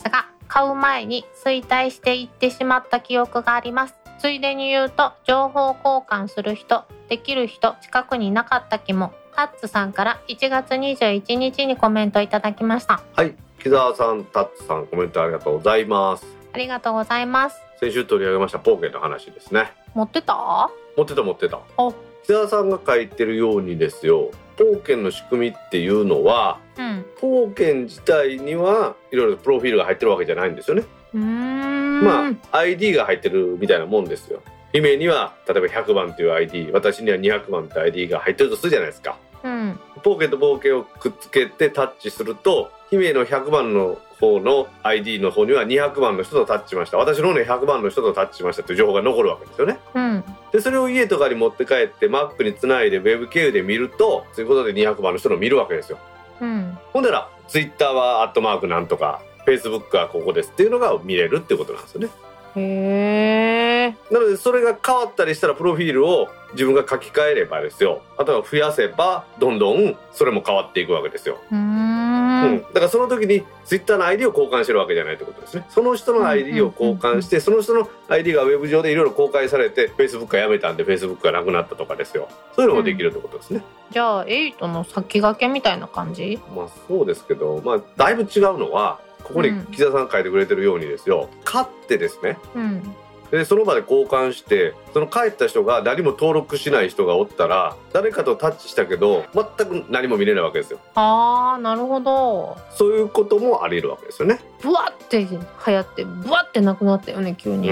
買う前に衰退していってしまった記憶があります。ついでに言うと、情報交換する人、できる人近くにいなかった気も。タッツさんからいちがつにじゅういちにちにコメントいただきました。 はい、木澤さん、タッツさん、コメントありがとうございます。 ありがとうございます。 先週取り上げましたポーケンの話ですね。 持ってた持ってた持ってた。 お木澤さんが書いてるようにですよ、ポーケンの仕組みっていうのは、 うん、 ポーケン自体にはいろいろプロフィールが入ってるわけじゃないんですよね。 うーんまあ アイディー が入ってるみたいなもんですよ。姫には例えばひゃくばんという アイディー、 私にはにひゃくばんという アイディー が入ってるとするじゃないですか。 うん、 ポーケンとポーケンをくっつけてタッチすると、姫のひゃくばんの方の アイディー の方にはにひゃくばんの人とタッチしました、私の方にひゃくばんの人とタッチしましたという情報が残るわけですよね。 うん、 でそれを家とかに持って帰って Mac につないでウェブ経由で見ると、そういうことでにひゃくばんの人の見るわけですよ。 うん、 ほんだら Twitter はアットマークなんとか、 Facebook はここですっていうのが見れるってことなんですよね。 へー。 なのでそれが変わったりしたらプロフィールを自分が書き換えればですよ、あとは増やせばどんどんそれも変わっていくわけですよ。 うーん、 うん、だからその時に Twitter の アイディー を交換してるわけじゃないってことですね。その人の アイディー を交換して、その人の アイディー がウェブ上でいろいろ公開されて Facebook がやめたんで Facebook がなくなったとかですよ、そういうのもできるってことですね。 うん、じゃあエイトの先駆けみたいな感じ？ まあそうですけど、まあだいぶ違うのはここに木田さん書いてくれてるようにですよ、買ってですね、 うん、でその場で交換して、その帰った人が何も登録しない人がおったら、誰かとタッチしたけど全く何も見れないわけですよ。 あー、なるほど。 そういうこともあり得るわけですよね。 ブワって流行ってブワってなくなったよね、急に。 うん、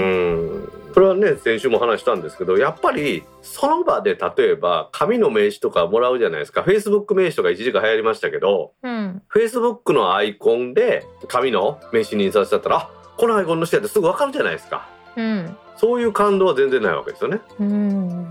これはね先週も話したんですけど、やっぱりその場で例えば紙の名刺とかもらうじゃないですか。 Facebook 名刺とか一時期流行りましたけど、 うん、 Facebook のアイコンで紙の名刺に印刷しちゃったら、あ、このアイコンの人やってすぐ分かるじゃないですか。 うん、 そういう感動は全然ないわけですよね。 うん、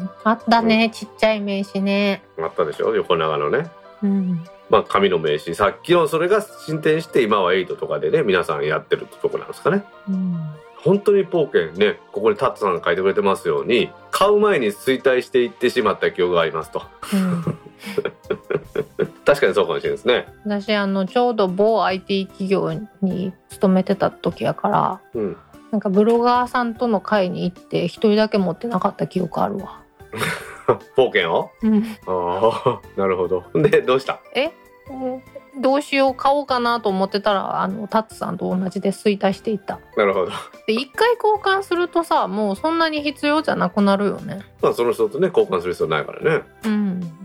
あったね、うん、ちっちゃい名刺ね。 あったでしょ、横長のね。 うん、 まあ紙の名刺、さっきのそれが進展して今はエイトとかでね皆さんやってるってとこなんですかね。 うん、 本当にポーケンね、ここにタッツさんが書いてくれてますように、買う前に衰退していってしまった記憶がありますと、うん、確かにそうかもしれないですね。 私あのちょうど某 アイティー 企業に勤めてた時やから、うん、なんかブロガーさんとの会に行って一人だけ持ってなかった記憶あるわポーケンを、うん、ああ、なるほど。でどうした？ え、どうしよう、買おうかなと思ってたら、あのタッツさんと同じで衰退していった。 なるほど。 で一回交換するとさ、もうそんなに必要じゃなくなるよね。 まあその人とね交換する必要ないからね。 うん。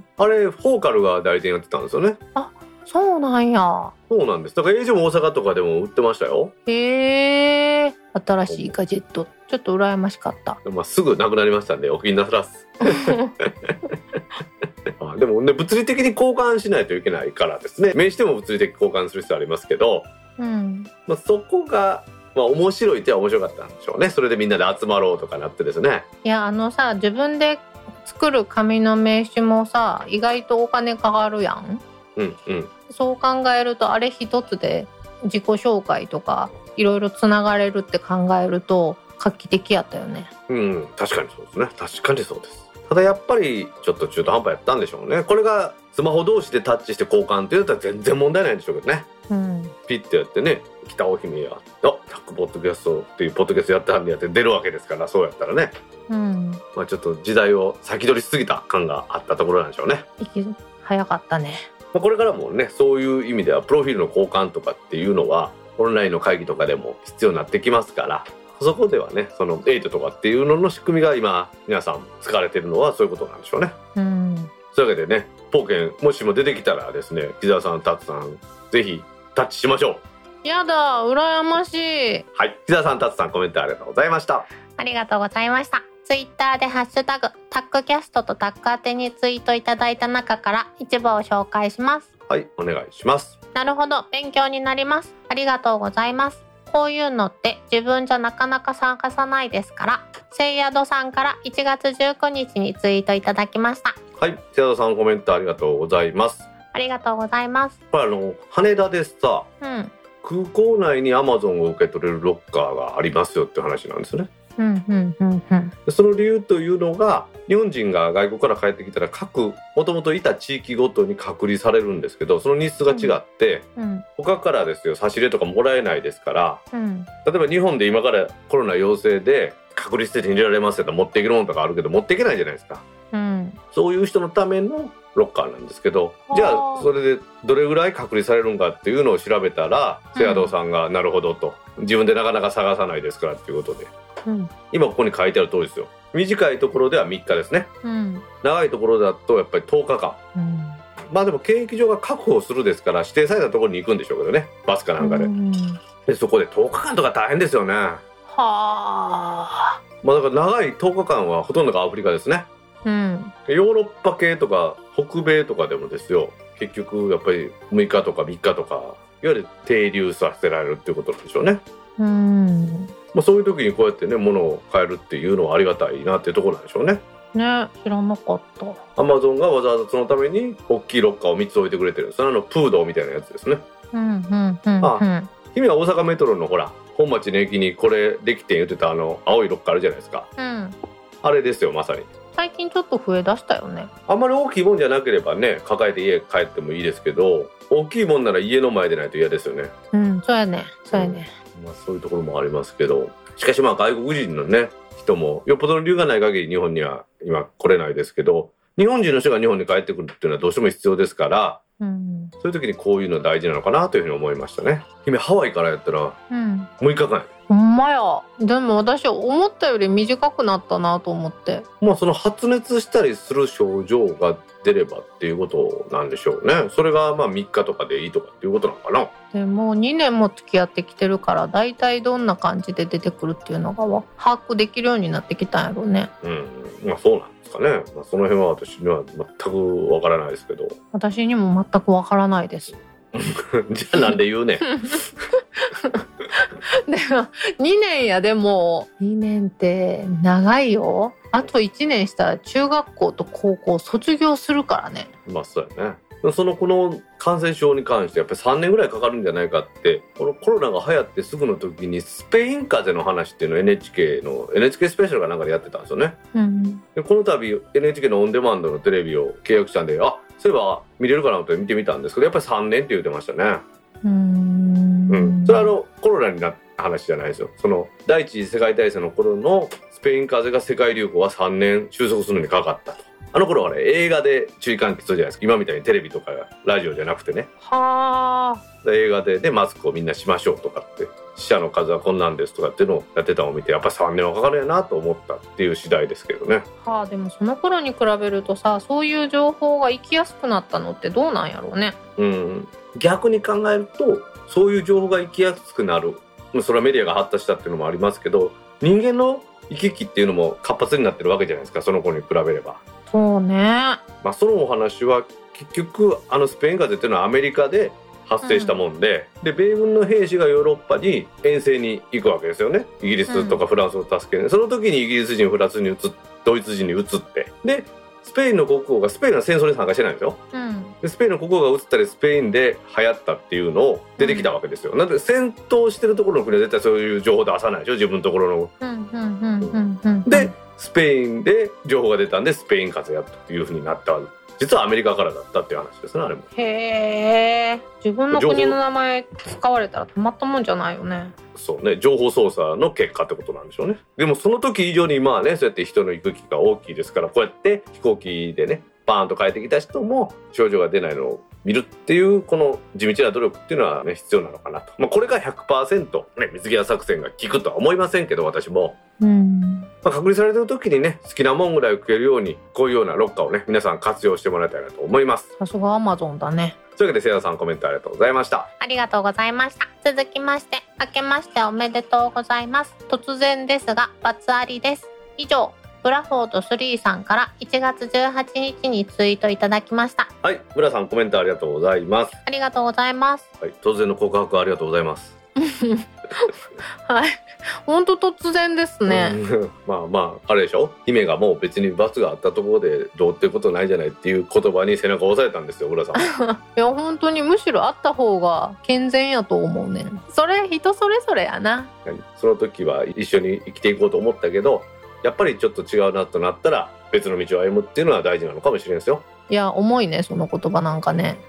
あれフォーカルが代理店やってたんですよね。 あ、そうなんや。 そうなんです。だからエイジも大阪とかでも売ってましたよ。 へえ。新しいガジェット、ちょっと羨ましかった。 まあすぐなくなりましたんでお気になさらずあ、でもね、物理的に交換しないといけないからですね。名刺でも物理的交換する必要ありますけど、 うん、 まあ、そこが、まあ、面白いっては面白かったんでしょうね。それでみんなで集まろうとかなってですね。 いや、あのさ、自分で作る紙の名刺もさ、意外とお金かかるやん。 うんうん。 そう考えると、あれ一つで自己紹介とかいろいろつながれるって考えると画期的やったよね。 うん、確かにそうですね。確かにそうです。ただやっぱりちょっと中途半端やったんでしょうね。これがスマホ同士でタッチして交換って言ったら全然問題ないんでしょうけどね。 うん、 ピッてやってね、北尾姫やあタックポッドキャストっていうポッドキャストやってはんでやって出るわけですから、そうやったらね、 うん、 まあちょっと時代を先取りしすぎた感があったところなんでしょうね。 早かったね。 まあ、これからもね、そういう意味ではプロフィールの交換とかっていうのはオンラインの会議とかでも必要になってきますから、そこではね、そのエイトとかっていうのの仕組みが今皆さん使われてるのはそういうことなんでしょうね。 うん、 そういうわけでね、ポーケンもしも出てきたらですね、木澤さん、タッツさん、ぜひタッチしましょう。やだ、羨ましい。 はい、木澤さん、タッツさん、コメントありがとうございました。 ありがとうございました。ツイッターでハッシュタグタックキャストとタック宛てにツイートいただいた中から一部を紹介します。 はい、お願いします。 なるほど、勉強になります。ありがとうございます。こういうのって自分じゃなかなか探さないですから、セイヤドさんからいちがつじゅうくにちにツイートいただきました。 はい、セイヤドさん、コメントありがとうございます。 ありがとうございます。 これあの羽田でさ、 うん、 空港内にアマゾンを受け取れるロッカーがありますよって話なんですね。 うんうんうんうん、 その理由というのが、日本人が外国から帰ってきたら各もともといた地域ごとに隔離されるんですけど、その日数が違って、うん、他からですよ差し入れとかもらえないですから、うん、例えば日本で今からコロナ陽性で隔離して手に入れられますって持っていけるものとかあるけど持っていけないじゃないですか、うん、そういう人のためのロッカーなんですけど、じゃあそれでどれぐらい隔離されるんかっていうのを調べたら、セアドさんがなるほどと、自分でなかなか探さないですからっていうことで、うん、今ここに書いてある通りですよ。短いところではみっかですね、うん、長いところだとやっぱりとおかかん、うん、まあでも検疫所が確保するですから指定されたところに行くんでしょうけどね、バスかなんかで、うん、でそこでとおかかんとか大変ですよね。はあ、まあだから長いとおかかんはほとんどがアフリカですね、うん、ヨーロッパ系とか北米とかでもですよ、結局やっぱりむいかとかみっかとかいわゆる停留させられるっていうことなんでしょうね。うん、まあ、そういう時にこうやってね物を買えるっていうのはありがたいなっていうところなんでしょうね。 ね、知らなかった。 アマゾンがわざわざそのために大きいロッカーをみっつ置いてくれてるんです。あのプードーみたいなやつですね。うんうんうんうん、あ、君は大阪メトロのほら本町の駅にこれできて言ってたあの青いロッカーあるじゃないですか、うん、あれですよまさに。 最近ちょっと増えだしたよね。 あんまり大きいもんじゃなければね抱えて家帰ってもいいですけど、大きいもんなら家の前でないと嫌ですよね。 うん、そうやねそうやね、 うん、まあ、そういうところもありますけど、しかしまあ外国人のね人もよっぽどの理由がない限り日本には今来れないですけど、日本人の人が日本に帰ってくるっていうのはどうしても必要ですから、うん、そういう時にこういうの大事なのかなというふうに思いましたね。君ハワイからやったらむいかかん、 ほんまや。でも私思ったより短くなったなと思って。 まあその発熱したりする症状が出ればっていうことなんでしょうね。それがまあみっかとかでいいとかっていうことなのかな。 でもにねんも付き合ってきてるからだいたいどんな感じで出てくるっていうのが把握できるようになってきたんやろうね。 うん、まあそうなんですかね。まあ、その辺は私には全くわからないですけど。 私にも全くわからないです。 じゃあなんで言うねん。 でもにねんや、でもにねんって長いよ。あといちねんしたら中学校と高校卒業するからね。 まあそうやね。そのこの感染症に関してやっぱりさんねんぐらいかかるんじゃないかって、このコロナが流行ってすぐの時にスペイン風邪の話っていうのを エヌエイチケー の エヌエイチケー スペシャルかなんかでやってたんですよね、うん、でこの度 エヌエイチケー のオンデマンドのテレビを契約したんで、あ、そういえば見れるかなと見てみたんですけど、やっぱりさんねんって言ってましたね。うーん、うん、それはあのコロナになった話じゃないですよ。その第一次世界大戦の頃のスペイン風邪が世界流行はさんねん収束するのにかかったと。あの頃はね映画で注意喚起するじゃないですか。今みたいにテレビとかラジオじゃなくてね。はあ。映画で、でマスクをみんなしましょうとかって、死者の数はこんなんですとかっていうのをやってたのを見て、やっぱさんねんはかかるやなと思ったっていう次第ですけどね。 はあ、でもその頃に比べるとさ、そういう情報が行きやすくなったのってどうなんやろうね。 うん、逆に考えるとそういう情報が行きやすくなる、それはメディアが発達したっていうのもありますけど、人間の行き来っていうのも活発になってるわけじゃないですか、その頃に比べれば。 そうね。 まあそのお話は結局あのスペイン風邪っていうのはアメリカで発生したもんで、うん、で米軍の兵士がヨーロッパに遠征に行くわけですよね。イギリスとかフランスを助ける、うん、その時にイギリス人フランスに移っドイツ人に移って、でスペインの国王がスペインの戦争に参加してないんですよ、うん、でスペインの国王が移ったりスペインで流行ったっていうのを出てきたわけですよ、うん、なんで戦闘してるところの国は絶対そういう情報出さないでしょ、自分のところの。でスペインで情報が出たんでスペイン風邪やというふうになった。実はアメリカからだったっていう話ですね、あれも。 へー、自分の国の名前使われたらたまったもんじゃないよね。 そうね、情報操作の結果ってことなんでしょうね。でもその時以上にまあね、そうやって人の行く機が大きいですから、こうやって飛行機でねバーンと帰ってきた人も症状が出ないのを見るっていうこの地道な努力っていうのはね必要なのかなと。まあ、これが ひゃくパーセント ね水際作戦が効くとは思いませんけど、私も、うんまあ、隔離されてる時にね好きなもんぐらい食えるようにこういうようなロッカーをね皆さん活用してもらいたいなと思います。 さすがアマゾンだね。 というわけでせいやさんコメントありがとうございました。 ありがとうございました。続きまして明けましておめでとうございます。突然ですがバツありです。以上ブラフォードスリーさんからいちがつじゅうはちにちにツイートいただきました。 はい、ブラさんコメントありがとうございます。 ありがとうございます。 はい、突然の告白ありがとうございます。 はい、ほんと突然ですね。 まあまああれでしょ、姫がもう別に罰があったところでどうってことないじゃないっていう言葉に背中を押されたんですよ、浦さん。 いや本当にむしろあった方が健全やと思うねん。それ人それぞれやな。 その時は一緒に生きていこうと思ったけど、やっぱりちょっと違うなとなったら別の道を歩むっていうのは大事なのかもしれないですよ。 いや重いねその言葉なんかね。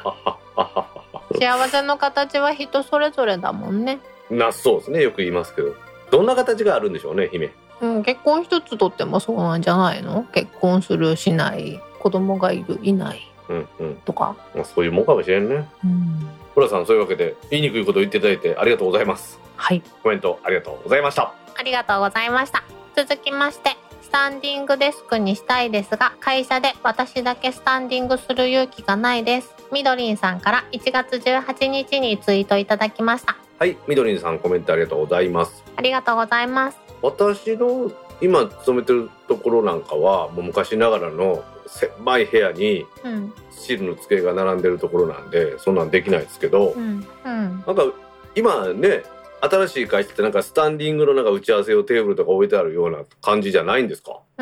幸せの形は人それぞれだもんね。 な、そうですね、よく言いますけど、どんな形があるんでしょうね、姫。 うん、結婚一つとってもそうなんじゃないの？結婚するしない、子供がいるいない、うんうん、とか、 まあ、そういうもんかもしれんね。うん、浦さん、そういうわけで言いにくいことを言っていただいてありがとうございます。 はい、 コメントありがとうございました。 ありがとうございました。続きまして、スタンディングデスクにしたいですが会社で私だけスタンディングする勇気がないです。みどりんさんからいちがつじゅうはちにちにツイートいただきました。 はい、みどりんさん、コメントありがとうございます。 ありがとうございます。 私の今勤めてるところなんかはもう昔ながらの狭い部屋にスチールの机が並んでるところなんでそんなんできないですけど、うんうん、なんか今ね新しい会社ってなんかスタンディングのなんか打ち合わせ用テーブルとか置いてあるような感じじゃないんですか？ うん、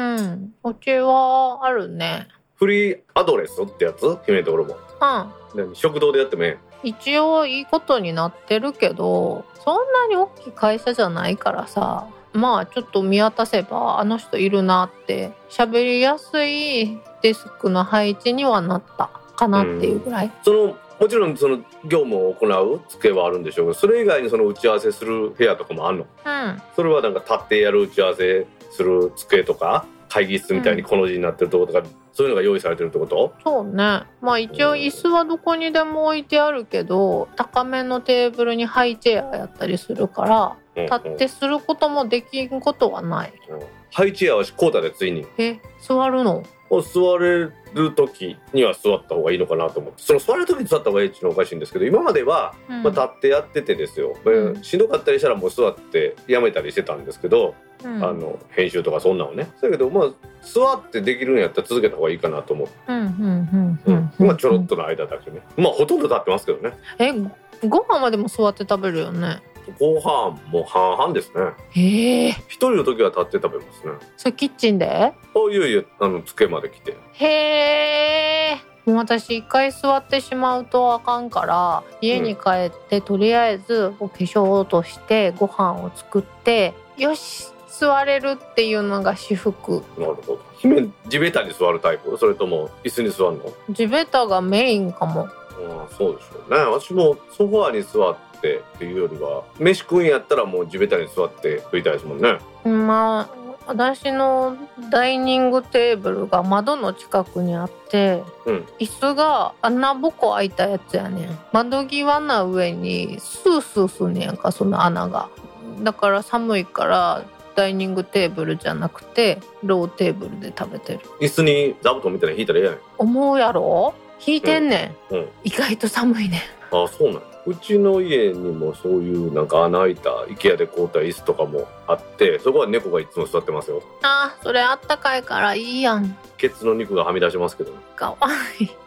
うちはあるね。 フリーアドレスってやつ？姫のところも。うん。食堂でやってもええ？ 一応いいことになってるけどそんなに大きい会社じゃないからさ、まあちょっと見渡せばあの人いるなって喋りやすいデスクの配置にはなったかなっていうぐらい、うん、 そのもちろんその業務を行う机はあるんでしょうけどそれ以外にその打ち合わせする部屋とかもあるの？うん、それはなんか立ってやる打ち合わせする机とか会議室みたいにこの字になってるところとか、うん、そういうのが用意されてるってこと？そうね。まあ一応椅子はどこにでも置いてあるけど高めのテーブルにハイチェアやったりするから立ってすることもできんことはない、うんうん、 ハイチェアはコータでついにえ座るの？ 座れる時には座った方がいいのかなと思って、その座れる時に座った方がいいっていうのはおかしいんですけど今までは、うんまあ、立ってやっててですよ、うん、しんどかったりしたらもう座ってやめたりしてたんですけど、うん、あの編集とかそんなのね。だけどまあ座ってできるんやったら続けた方がいいかなと思って、まあちょろっとの間だけね、まあほとんど立ってますけどね。えご飯はでも座って食べるよね？ ご飯も半々ですね。 へえ。 一人の時は立って食べますね。 それキッチンで？ あ、いやいや、あの机まで来て。 へえ。もう私一回座ってしまうとあかんから家に帰ってとりあえずお化粧落としてご飯を作ってよし座れるっていうのが至福。 なるほど。姫地べたに座るタイプ？それとも椅子に座るの？ 地べたがメインかも。 ああ、そうでしょうね。私もソファーに座ってっていうよりは飯食うんやったらもう地べたに座って食いたいですもんね。 まあ私のダイニングテーブルが窓の近くにあって、うん、椅子が穴ぼこ開いたやつやねん。窓際の上にスースーすんねやんかその穴が。だから寒いからダイニングテーブルじゃなくてローテーブルで食べてる。 椅子に座布団みたいなの引いたらええやん。 思うやろ？引いてんねん、うんうん、意外と寒いねん。 ああ、そうなん。うちの家にもそういうなんか穴開いた IKEA で買うた椅子とかもあってそこは猫がいつも座ってますよ。 ああ、それあったかいからいいやん。 ケツの肉がはみ出しますけど、ね、 かわいい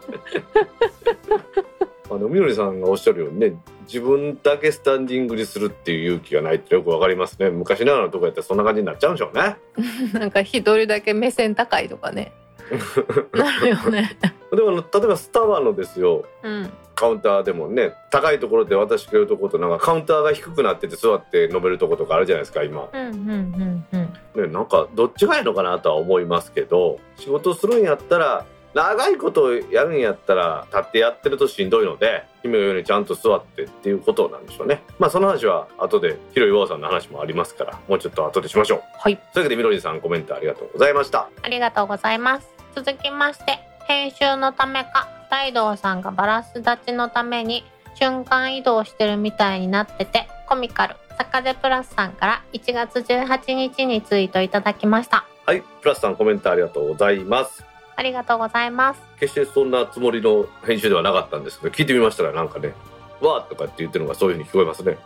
あのみのりさんがおっしゃるようにね自分だけスタンディングにするっていう勇気がないってよくわかりますね。昔ながらのとこやったらそんな感じになっちゃうんでしょうねなんか一人だけ目線高いとかねなるよねでも例えばスタバのですよ、うん、カウンターでもね高いところで私がいるところとなんかカウンターが低くなってて座って飲めるところとかあるじゃないですか今、うんうんうんうんね、なんかどっちがいいのかなとは思いますけど仕事するんやったら長いことをやるんやったら立ってやってるとしんどいので姫のようにちゃんと座ってっていうことなんでしょうね。まあその話は後で広いわさんの話もありますからもうちょっと後でしましょう。 はい。 というわけでみろりさんコメントありがとうございました。 ありがとうございます。続きまして編集のためか大道さんがバラス立ちのために瞬間移動してるみたいになっててコミカル。坂瀬プラスさんからいちがつじゅうはちにちにツイートいただきました。 はい、プラスさんコメントありがとうございます。 ありがとうございます。 決してそんなつもりの編集ではなかったんですけど聞いてみましたらなんかねわーとかって言ってるのがそういう風に聞こえますね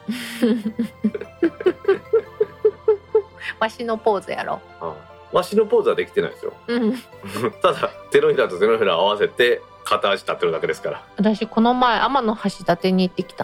わしのポーズやろ。 ああ、わしのポーズはできてないですよ、うん、ただ手のひらと手のひら合わせて片足立ってるだけですから。 私この前天橋立に行ってきたの。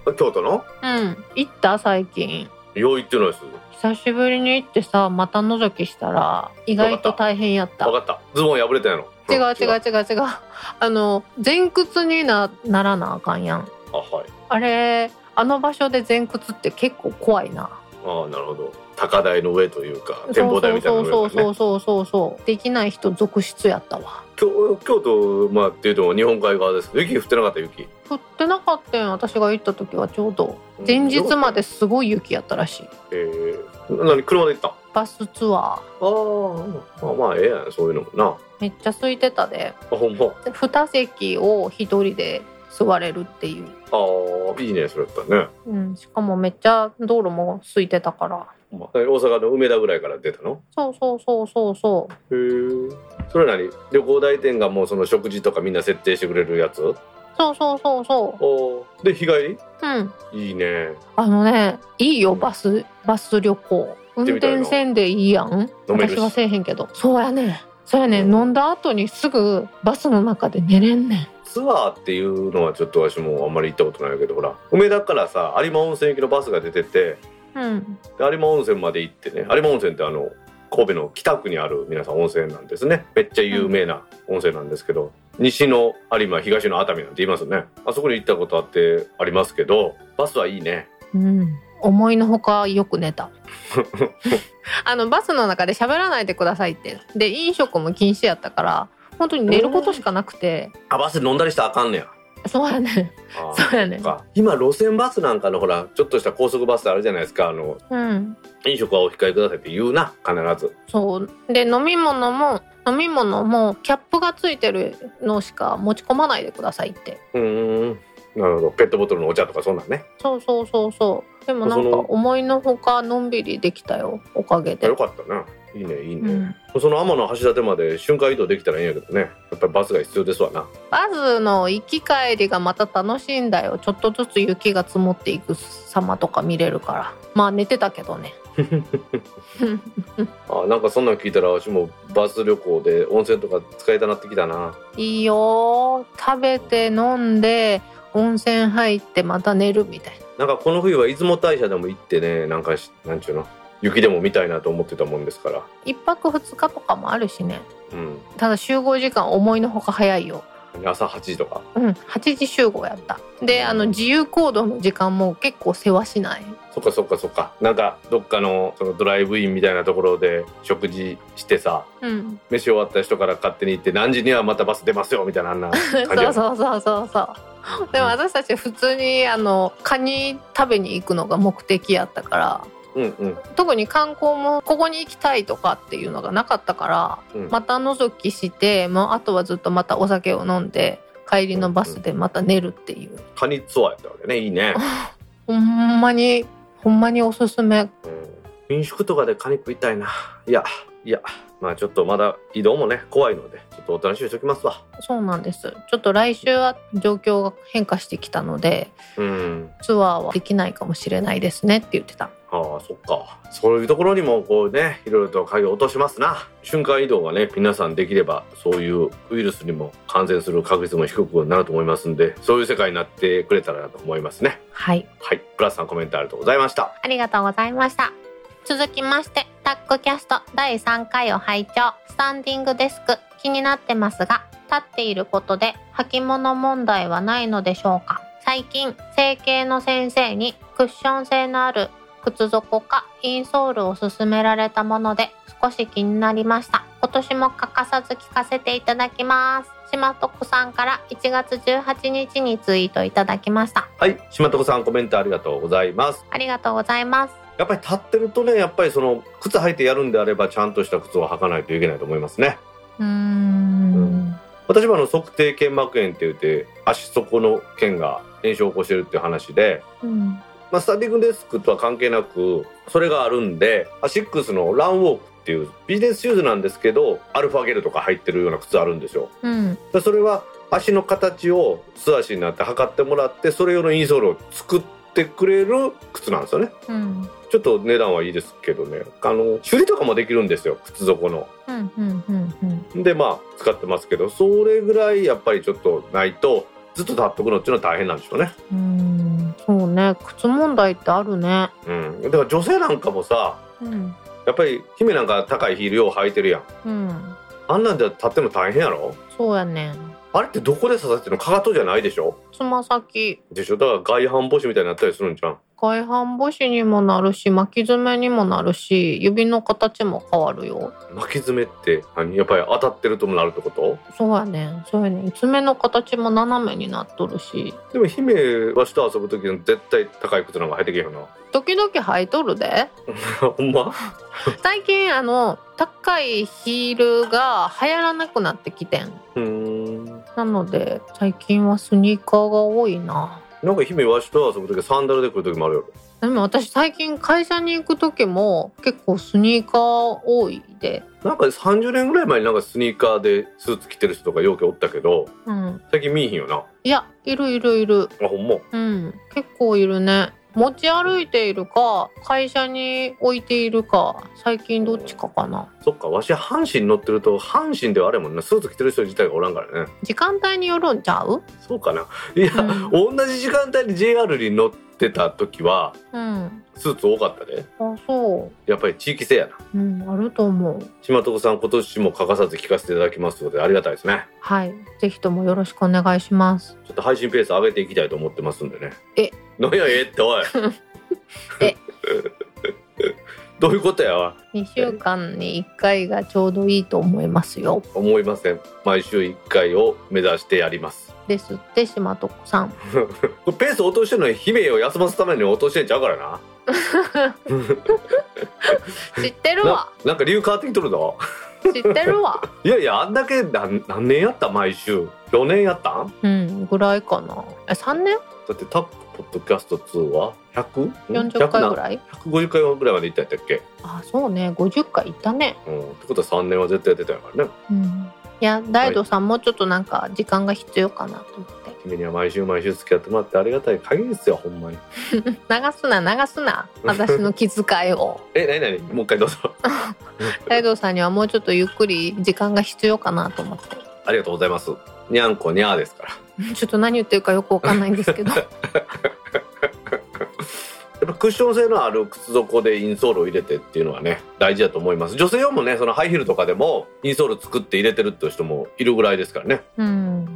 京都の？ うん行った最近。 よう行ってないです。 久しぶりに行ってさ、また覗きしたら意外と大変やった。 分かった。ズボン破れたやろ。 違う違う違う違うあの前屈に な, ならなあかんやん。 あ、はい、 あれあの場所で前屈って結構怖いな。 ああ、なるほど。高台の上というか展望台みたいなの上、ね、 そうそうそうそうそうできない人続出やったわ。 京, 京都、まあ、っていうと日本海側ですけど、雪降ってなかった？雪降ってなかったん。私が行った時はちょうど前日まですごい雪やったらしい。 えー、何車で行ったん？ バスツアー。 ああ、まあええやん、そういうのもな。 めっちゃ空いてたで。 あ、ほんま。 に席をひとりで座れるっていう。 ああ、いいね、それやったらね。 うん、しかもめっちゃ道路も空いてたから。 大阪の梅田ぐらいから出たの？ そうそうそうそうそう。 へえ。それなに旅行代理店がもうその食事とかみんな設定してくれるやつ？ そうそうそうそう。 おで日帰り？ うん。 いいね。 あのね、いいよバスバス旅行。運転せんでいいやん。私はせえへんけど。そうやね。そうやね。飲んだ後にすぐバスの中で寝れんねん。 ツアーっていうのはちょっと私もあんまり行ったことないけど、ほら梅田からさ有馬温泉行きのバスが出てて、 うん、 で有馬温泉まで行ってね。有馬温泉ってあの神戸の北区にある皆さん温泉なんですね。めっちゃ有名な温泉なんですけど、うん、西の有馬、東の熱海なんて言いますね。あそこに行ったことあってありますけど、バスはいいね。 うん、思いのほかよく寝たあのバスの中で喋らないでくださいって。で飲食も禁止やったから本当に寝ることしかなくて、 あ、バスで飲んだりしたらあかんねや。 そうやねそうやね。 今路線バスなんかのほらちょっとした高速バスあるじゃないですか。あの、うん、飲食はお控えくださいって言うな、必ず。 そうで飲み物も飲み物もキャップがついてるのしか持ち込まないでくださいって。 うーん、なるほど。ペットボトルのお茶とかそんなんね。 そうそうそうそう。でもなんか思いのほかのんびりできたよ、おかげで。 よかったな。いいねいいね、うん、その天の橋立まで瞬間移動できたらいいんやけどね。やっぱりバスが必要ですわな。 バスの行き帰りがまた楽しいんだよ。ちょっとずつ雪が積もっていく様とか見れるから。まあ寝てたけどねあ、なんかそんなん聞いたら私もバス旅行で温泉とか使いたなってきたな。 いいよ。食べて飲んで温泉入ってまた寝るみたいな。なんかこの冬は出雲大社でも行ってね、なんかなんちゅうの雪でも見たいなと思ってたもんですから。 いっぱくふつかとかもあるしね、 うん、 ただ集合時間思いのほか早いよ。 朝はちじとか。 うん、はちじ集合やった。で、あの自由行動の時間も結構せわしない。 そっかそっかそっか。なんかどっかのそのドライブインみたいなところで食事してさ、うん、飯終わった人から勝手に行って何時にはまたバス出ますよみたいなあんな感じそうそうそうそうそうでも私たち普通にあのカニ食べに行くのが目的やったから、うんうん、特に観光もここに行きたいとかっていうのがなかったから、うん、また覗きして、もうあとはずっとまたお酒を飲んで帰りのバスでまた寝るっていう、うんうん、 カニツアーやったわけね。いいねほんまにほんまにおすすめ、うん、 民宿とかでカニ食いたいな。いやいや、まあちょっとまだ移動もね怖いのでちょっとお楽しみにしておきますわ。 そうなんです。ちょっと来週は状況が変化してきたので、うん、ツアーはできないかもしれないですねって言ってた。 ああ、そっか。そういうところにもこうね、いろいろと鍵を落としますな。瞬間移動がね、皆さんできればそういうウイルスにも感染する確率も低くなると思いますんで、そういう世界になってくれたらなと思いますね。 はいはい。プラスさんコメントありがとうございました。 ありがとうございました。続きましてタックキャストだいさんかいを拝聴。スタンディングデスク気になってますが、立っていることで履物問題はないのでしょうか。最近整形の先生にクッション性のある靴底かインソールを勧められたもので少し気になりました。今年も欠かさず聞かせていただきます。島徳さんからいちがつじゅうはちにちにツイートいただきました。 はい、島徳さんコメントありがとうございます。 ありがとうございます。 やっぱり立ってるとね、やっぱりその靴履いてやるんであればちゃんとした靴を履かないといけないと思いますね。 うーん、うん、 私はあの足底腱膜炎って言って足底の腱が炎症を起こしてるっていう話で、うん、まあ、スタンディングデスクとは関係なくそれがあるんで、アシックスのランウォークっていうビジネスシューズなんですけど、アルファゲルとか入ってるような靴あるんですよ、うん、でそれは足の形を素足になって測ってもらって、それ用のインソールを作ってくれる靴なんですよね、うん、ちょっと値段はいいですけどね、あの修理とかもできるんですよ、靴底の、うんうんうんうん、でまあ使ってますけど、それぐらいやっぱりちょっとないとずっと立っとくのっていうのは大変なんでしょうね。 うーん、そうね、靴問題ってあるね。 うん、だから女性なんかもさ、 うん、 やっぱり姫なんか高いヒールよう履いてるやん。 うん、 あんなんで立っても大変やろ。 そうやねん。 あれってどこで支えてるの？かかとじゃないでしょ。 つま先でしょ。だから外反母趾みたいになったりするんじゃん。 外反母趾にもなるし、巻き爪にもなるし、指の形も変わるよ。 巻き爪って何？やっぱり当たってるともなるってこと？ そうやねん、そうやねん。爪の形も斜めになっとるし。 でも姫わしと遊ぶ時に絶対高い靴なんか履いてけへんよな。 時々履いとるで。 ほんま？ 最近あの高いヒールが流行らなくなってきてん。 うーん。 なので最近はスニーカーが多いな。 なんか姫わしと遊ぶ時サンダルで来る時もあるよ。 でも私最近会社に行く時も結構スニーカー多いで。 なんかさんじゅうねんぐらい前になんかスニーカーでスーツ着てる人とかよくおったけど、 うん。 最近見えひんよな。 いや、いるいるいる。 あ、ほんま。 うん。結構いるね。持ち歩いているか会社に置いているか、最近どっちかかな。 そっか、わし阪神乗ってると阪神ではあれもんな、スーツ着てる人自体がおらんからね。 時間帯によるんちゃう？ そうかな。いや、うん、同じ時間帯に ジェイアール に乗ってた時は、うん、スーツ多かったで。 あ、そう。 やっぱり地域性やな。 うん、あると思う。 島徳さん、今年も欠かさず聞かせていただきますのでありがたいですね。 はい、ぜひともよろしくお願いします。 ちょっと配信ペース上げていきたいと思ってますんでね。 え、 なんやえっておい。 え。 どういうことや。 にしゅうかんにいっかいがちょうどいいと思いますよ。 思いません。毎週いっかいを目指してやります。 ですって島徳さん。 ペース落としてるのに姫を休ますために落としてんちゃうからな。 知ってるわ。 な, なんか理由変わってきとるぞ。 知ってるわ。 いやいや、あんだけ 何, 何年やった毎週。よねんやったん？ うんぐらいかな。え、さんねん？ だってタップポッドキャストツーはひゃくよんじゅっかいぐらい？ ひゃくごじゅっかいぐらいまで行ったんやったっけ？ あ、そうね、ごじゅっかい行ったね。 うん、ってことはさんねんは絶対やってたからね。 うん、いや、大道さん、はい、もうちょっとなんか時間が必要かなと思って。 君には毎週毎週付き合ってもらってありがたい限りですよ、ほんまに。 流すな流すな、私の気遣いを。 え、なになに、もう一回どうぞ。 大道さんにはもうちょっとゆっくり時間が必要かなと思って。 ありがとうございます。にゃんこにゃーですから。 ちょっと何言ってるかよくわかんないんですけど。やっぱクッション性のある靴底でインソールを入れてっていうのはね、大事だと思います。女性用もね、そのハイヒールとかでもインソール作って入れてるっていう人もいるぐらいですからね。うん、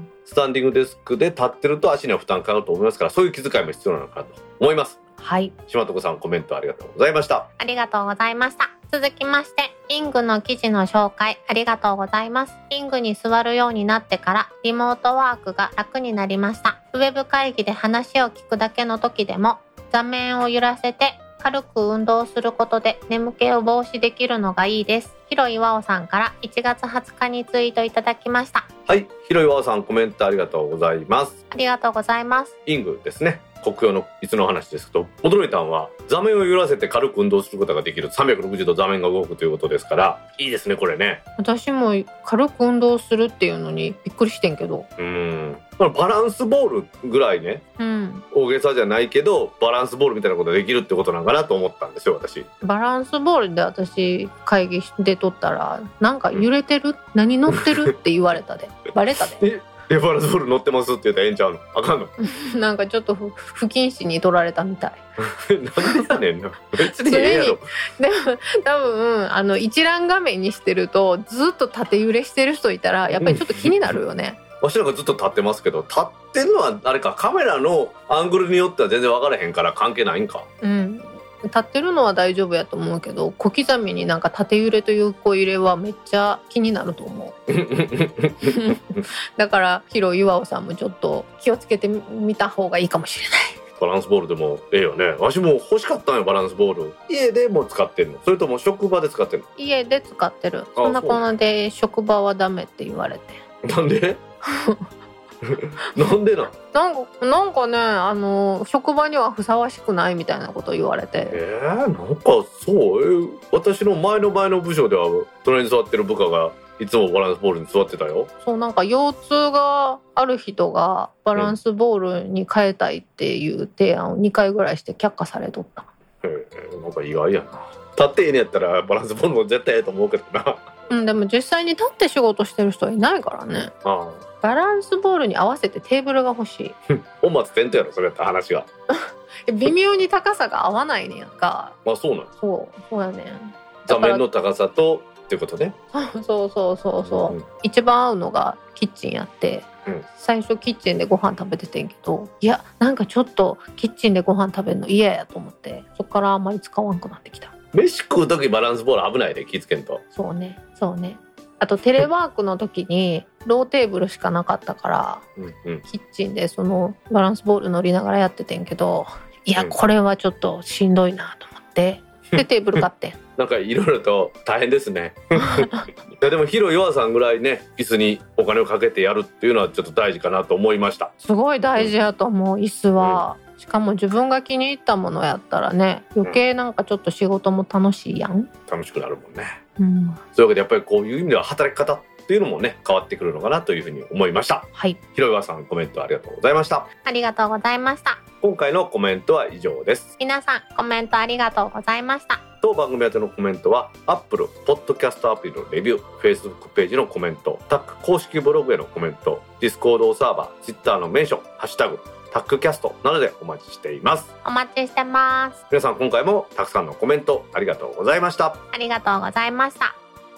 スタンディングデスクで立ってると足には負担かかると思いますから、そういう気遣いも必要なのかなと思います。 はい。 島徳さん、コメントありがとうございました。 ありがとうございました。続きまして、リングの記事の紹介ありがとうございます。リングに座るようになってからリモートワークが楽になりました。ウェブ会議で話を聞くだけの時でも座面を揺らせて軽く運動することで眠気を防止できるのがいいです。広井和夫さんからいちがつはつかにツイートいただきました。 はい、広井和夫さん、コメントありがとうございます。 ありがとうございます。 リングですね。国用の椅子の話ですけど、驚いたのは座面を揺らせて軽く運動することができる。さんびゃくろくじゅうど座面が動くということですから、いいですね、これね。 私も軽く運動するっていうのにびっくりしてんけど、 うーん、バランスボールぐらいね、うん、大げさじゃないけどバランスボールみたいなことができるってことなんかなと思ったんですよ、私。 バランスボールで私会議で撮ったら、なんか揺れてる、うん、何乗ってるって言われたで。バレたで。 え、バランスボール乗ってますって言ったらええんちゃうの？あかんの？ なんかちょっと不謹慎に取られたみたい。 なんでやねんな。別にええやろ。 でも多分あの一覧画面にしてるとずっと縦揺れしてる人いたらやっぱりちょっと気になるよね。 わしなんかずっと立ってますけど、立ってんのはあれか、カメラのアングルによっては全然分からへんから関係ないんか。うん。 立ってるのは大丈夫やと思うけど、小刻みになんか縦揺れと横揺れはめっちゃ気になると思う。だから広井岩尾さんもちょっと気をつけてみた方がいいかもしれない。 バランスボールでもええよね。わしも欲しかったんよ、バランスボール。家でも使ってんの？それとも職場で使ってんの？ 家で使ってる。そんなこんなで職場はダメって言われて。 なんで？なんでななんか、なんかね、あの職場にはふさわしくないみたいなこと言われて。 えー、なんかそう、えー、私の前の前の部署では隣に座ってる部下がいつもバランスボールに座ってたよ。 そう、なんか腰痛がある人がバランスボールに変えたいっていう提案をにかいぐらいして却下されとった。 えー、なんか意外やな。立っていいねやったらバランスボールも絶対ええと思うけどな。 うん、でも実際に立って仕事してる人はいないからね。 あバランスボールに合わせてテーブルが欲しい。 本末転倒やろそれやったら話が。 微妙に高さが合わないねやんか。 あ、そうなんです。 そうそうやね。 座面の高さとっていうことね。 そうそうそうそう、 うん、 一番合うのがキッチンやって、うん、最初キッチンでご飯食べててんけど、いやなんかちょっとキッチンでご飯食べるの嫌やと思って、そっからあんまり使わんくなってきた。 飯食う時バランスボール危ないで気ぃつけんと。 そうねそうね。あとテレワークの時にローテーブルしかなかったから、うんうん、キッチンでそのバランスボール乗りながらやっててんけど、いやこれはちょっとしんどいなと思ってでテーブル買ってん。 なんかいろいろと大変ですね。いやでもヒロヨアさんぐらいね椅子にお金をかけてやるっていうのはちょっと大事かなと思いました。 すごい大事やと思う、椅子は、うん、しかも自分が気に入ったものやったらね余計なんかちょっと仕事も楽しいやん。 楽しくなるもんね、 うん、 そういうわけでやっぱりこういう意味では働き方っていうのもね変わってくるのかなというふうに思いました。 はい、 ヒロヨアさんコメントありがとうございました。 ありがとうございました。 今回のコメントは以上です。 皆さんコメントありがとうございました。 当番組宛てのコメントは Apple Podcast アプリのレビュー、Facebook ページのコメント、タック公式ブログへのコメント、Discord サーバー、Twitter のメンション、ハッシュタグタックキャストなどでお待ちしています。 お待ちしてます。 皆さん今回もたくさんのコメントありがとうございました。 ありがとうございました。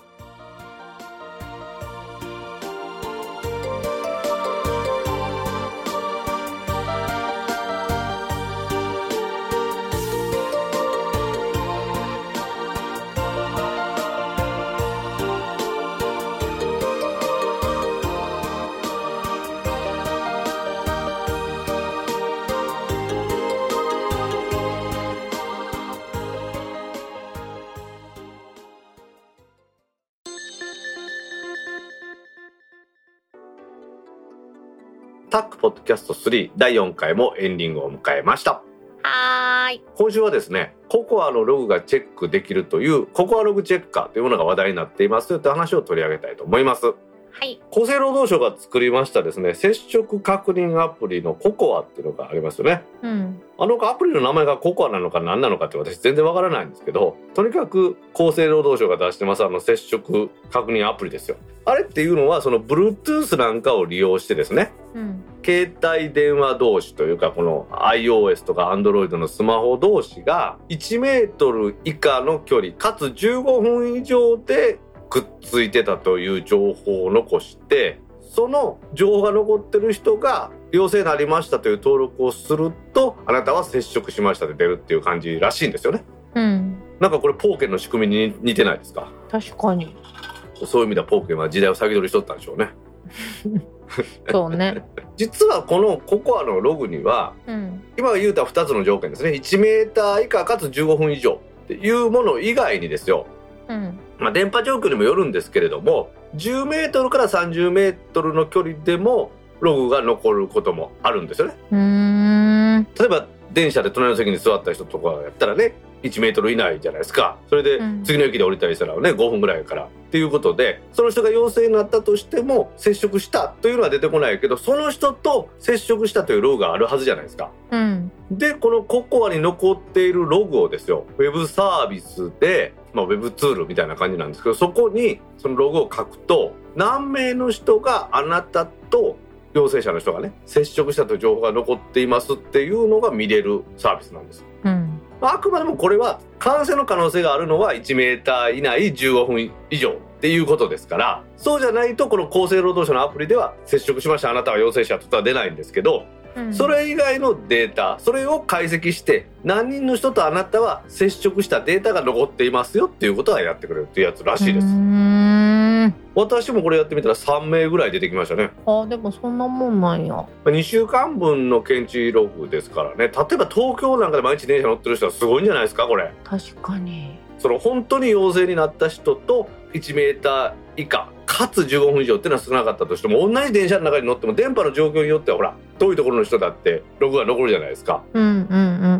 タックポッドキャストスリーだいよんかいもエンディングを迎えました。 はーい。 今週はですね、ココアのログがチェックできるというココアログチェッカーというものが話題になっていますという話を取り上げたいと思います。 はい、 厚生労働省が作りましたですね、接触確認アプリのココアっていうのがありますよね、 うん、 あのアプリの名前がココアなのか何なのかって私全然わからないんですけど、とにかく厚生労働省が出してますあの接触確認アプリですよ。あれっていうのはその Bluetooth なんかを利用してですね、うん、携帯電話同士というかこの iOS とか Android のスマホ同士がいちメートル以下の距離かつじゅうごふん以上でくっついてたという情報を残して、その情報が残ってる人が陽性になりましたという登録をすると、あなたは接触しましたで出るっていう感じらしいんですよね、 うん、 なんかこれポーケンの仕組みに似てないですか。 確かにそういう意味ではポーケンは時代を先取りしとったんでしょうね。 そうね実はこのココアのログには、うん、今言うたふたつの条件ですね、いちメーター以下かつじゅうごふん以上っていうもの以外にですよ、うんまあ、電波状況にもよるんですけれどもじゅうメートルからさんじゅうメートルの距離でもログが残ることもあるんですよね。 うーん、 例えば電車で隣の席に座った人とかやったらねいちメートル以内じゃないですか。それで次の駅で降りたりしたらねごふんぐらいからっていうことで、その人が陽性になったとしても接触したというのは出てこないけど、その人と接触したというログがあるはずじゃないですか、 うん、 でこのココアに残っているログをですよ、ウェブサービスで、まあ、ウェブツールみたいな感じなんですけど、そこにそのログを書くと何名の人があなたと陽性者の人がね接触したという情報が残っていますっていうのが見れるサービスなんです、 うん、 あくまでもこれは感染の可能性があるのはいちメーター以内じゅうごふん以上っていうことですから、そうじゃないとこの厚生労働省のアプリでは接触しましたあなたは陽性者とは出ないんですけど、うん、それ以外のデータそれを解析して何人の人とあなたは接触したデータが残っていますよっていうことはやってくれるっていうやつらしいです。 うーん、 私もこれやってみたらさんめいぐらい出てきましたね。 あ、でもそんなもんなんや。 にしゅうかんぶんの検知ログですからね。例えば東京なんかで毎日電車乗ってる人はすごいんじゃないですかこれ。 確かにその本当に陽性になった人といちメーター以下かつじゅうごふん以上っていうのは少なかったとしても、同じ電車の中に乗っても電波の状況によってはほら遠いところの人だってログが残るじゃないですか。 うんうんうんうん、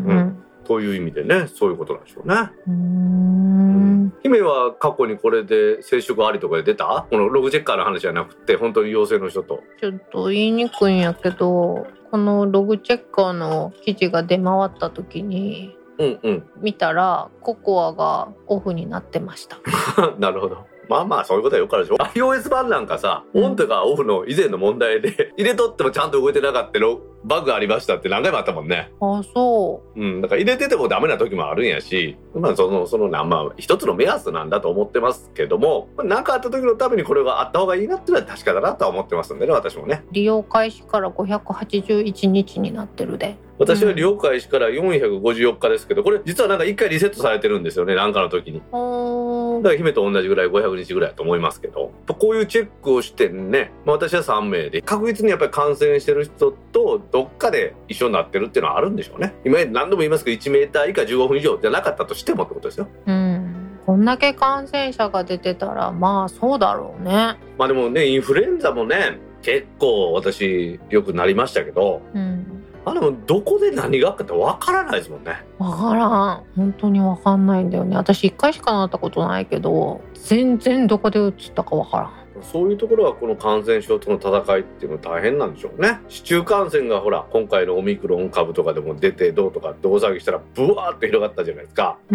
うん、 という意味でね、そういうことなんでしょうね。 うーん、 姫は過去にこれで接触ありとかで出た？このログチェッカーの話じゃなくて本当に陽性の人と。 ちょっと言いにくいんやけど、このログチェッカーの記事が出回った時にうんうん、 見たらココアがオフになってました。 なるほど。 まあまあそういうことはよくあるでしょ。 iOS 版なんかさ、オンとかオフの以前の問題で入れとってもちゃんと動いてなかったのバグありましたって何回もあったもんね。 あ、そう。 うん、だから入れててもダメな時もあるんやし、まあそのそのまあ一つの目安なんだと思ってますけども、何かあった時のためにこれがあった方がいいなっていうのは確かだなとは思ってますんでね、私もね。 利用開始からごひゃくはちじゅういちにちになってるで。 私は利用開始からよんひゃくごじゅうよっかですけど、これ実はなんかいっかいリセットされてるんですよね、なんかの時に。だから姫と同じぐらいごひゃくにちぐらいだと思いますけど、こういうチェックをしてね、まあ、私はさんめいで確実にやっぱり感染してる人とどっかで一緒になってるっていうのはあるんでしょうね。今何度も言いますけどいちメーター以下じゅうごふん以上じゃなかったとしてもってことですよ。 うん、こんだけ感染者が出てたらまあそうだろうね。 まあでもね、インフルエンザもね結構私よくなりましたけど、うん、あでもどこで何があったって分からないですもんね。 分からん、本当に分かんないんだよね。私いっかいしかなったことないけど全然どこでうつったか分からん。 そういうところはこの感染症との戦いっていうのは大変なんでしょうね。市中感染がほら今回のオミクロン株とかでも出てどうとかって大騒ぎしたらブワーって広がったじゃないですか。うん、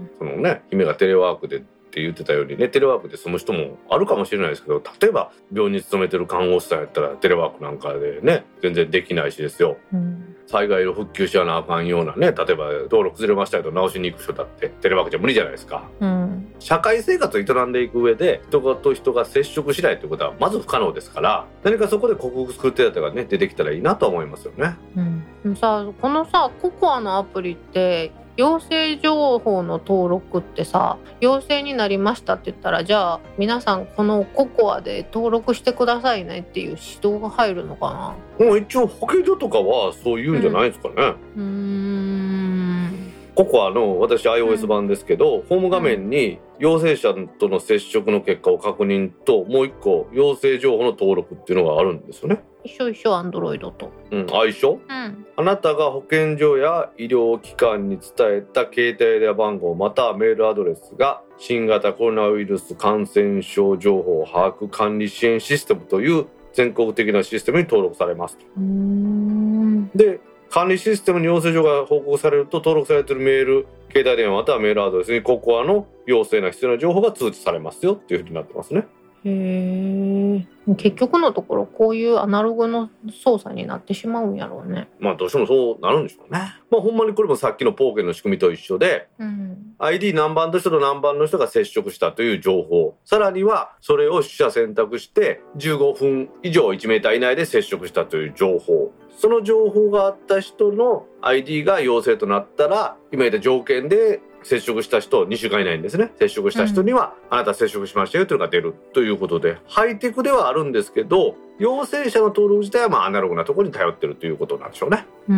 そのね、姫がテレワークでって言ってたようにね、テレワークで済む人もあるかもしれないですけど、例えば病院に勤めてる看護師さんやったらテレワークなんかでね全然できないしですよ、うん、災害を復旧しやなあかんようなね、例えば登録ずれましたけど直しに行く人だってテレワークじゃ無理じゃないですか、うん、社会生活を営んでいく上で人と人が接触しないということはまず不可能ですから、何かそこで克服する手立てがね出てきたらいいなと思いますよね、 うん、でもさ、このさココアのアプリって陽性情報の登録ってさ、陽性になりましたって言ったら、じゃあ皆さんこのココアで登録してくださいねっていう指導が入るのかな。もう一応保健所とかはそういうんじゃないですかね、うん、うーんココアの私 iOS 版ですけど、うん、ホーム画面に陽性者との接触の結果を確認と、もう一個陽性情報の登録っていうのがあるんですよね。 一緒一緒、アンドロイドと。 うん、相性、うん、あなたが保健所や医療機関に伝えた携帯電話番号またはメールアドレスが新型コロナウイルス感染症情報把握管理支援システムという全国的なシステムに登録されます。うーんで、管理システムに陽性状が報告されると、登録されているメール、携帯電話またはメールアドレスにココアの陽性な必要な情報が通知されますよっていう風になってますね。 へー、結局のところこういうアナログの操作になってしまうんやろうね。 まあどうしてもそうなるんでしょうね。まあほんまにこれもさっきのポーケンの仕組みと一緒で、うん、アイディー 何番の人と何番の人が接触したという情報、さらにはそれを取捨選択してじゅうごふん以上いちメーター以内で接触したという情報、その情報があった人の アイディー が陽性となったら、今言った条件で接触した人にしゅうかん以内にですね、接触した人には、うん、あなた接触しましたよというのが出るということで、ハイテクではあるんですけど、陽性者の登録自体はまあアナログなところに頼ってるということなんでしょうね。うん、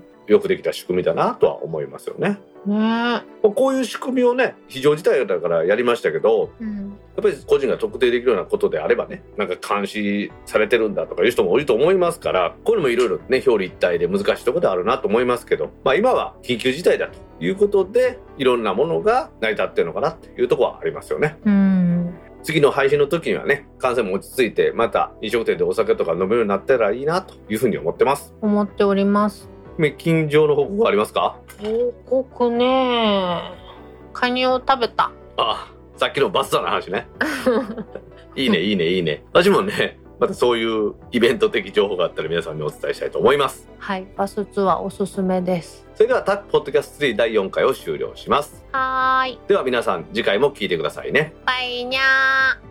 よくできた仕組みだなとは思いますよね。ね、こういう仕組みをね、非常事態だからやりましたけど、うん、やっぱり個人が特定できるようなことであればね、なんか監視されてるんだとかいう人も多いと思いますから、こういうのもいろいろね、表裏一体で難しいところであるなと思いますけど、まあ今は緊急事態だということで、いろんなものが成り立ってるのかなというところはありますよね。うん、次の配信の時にはね、感染も落ち着いて、また飲食店でお酒とか飲めるようになったらいいなというふうに思ってます。 思っております。 近所の報告はありますか？ 報告ね、カニを食べた。 あ、さっきのバスツアーの話ね。いいねいいねいいね。私もね、またそういうイベント的情報があったら皆さんにお伝えしたいと思います。 はい、バスツアーおすすめです。 それではタックポッドキャストスリーだいよんかいを終了します。 はーい。 では皆さん次回も聞いてくださいね。 バイニャー。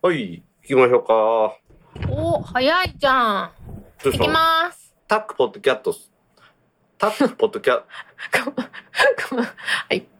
はい行きましょうか。 お、早いじゃん。 どうしたの？ 行きます。 タックポッドキャストタックポッドキャはい。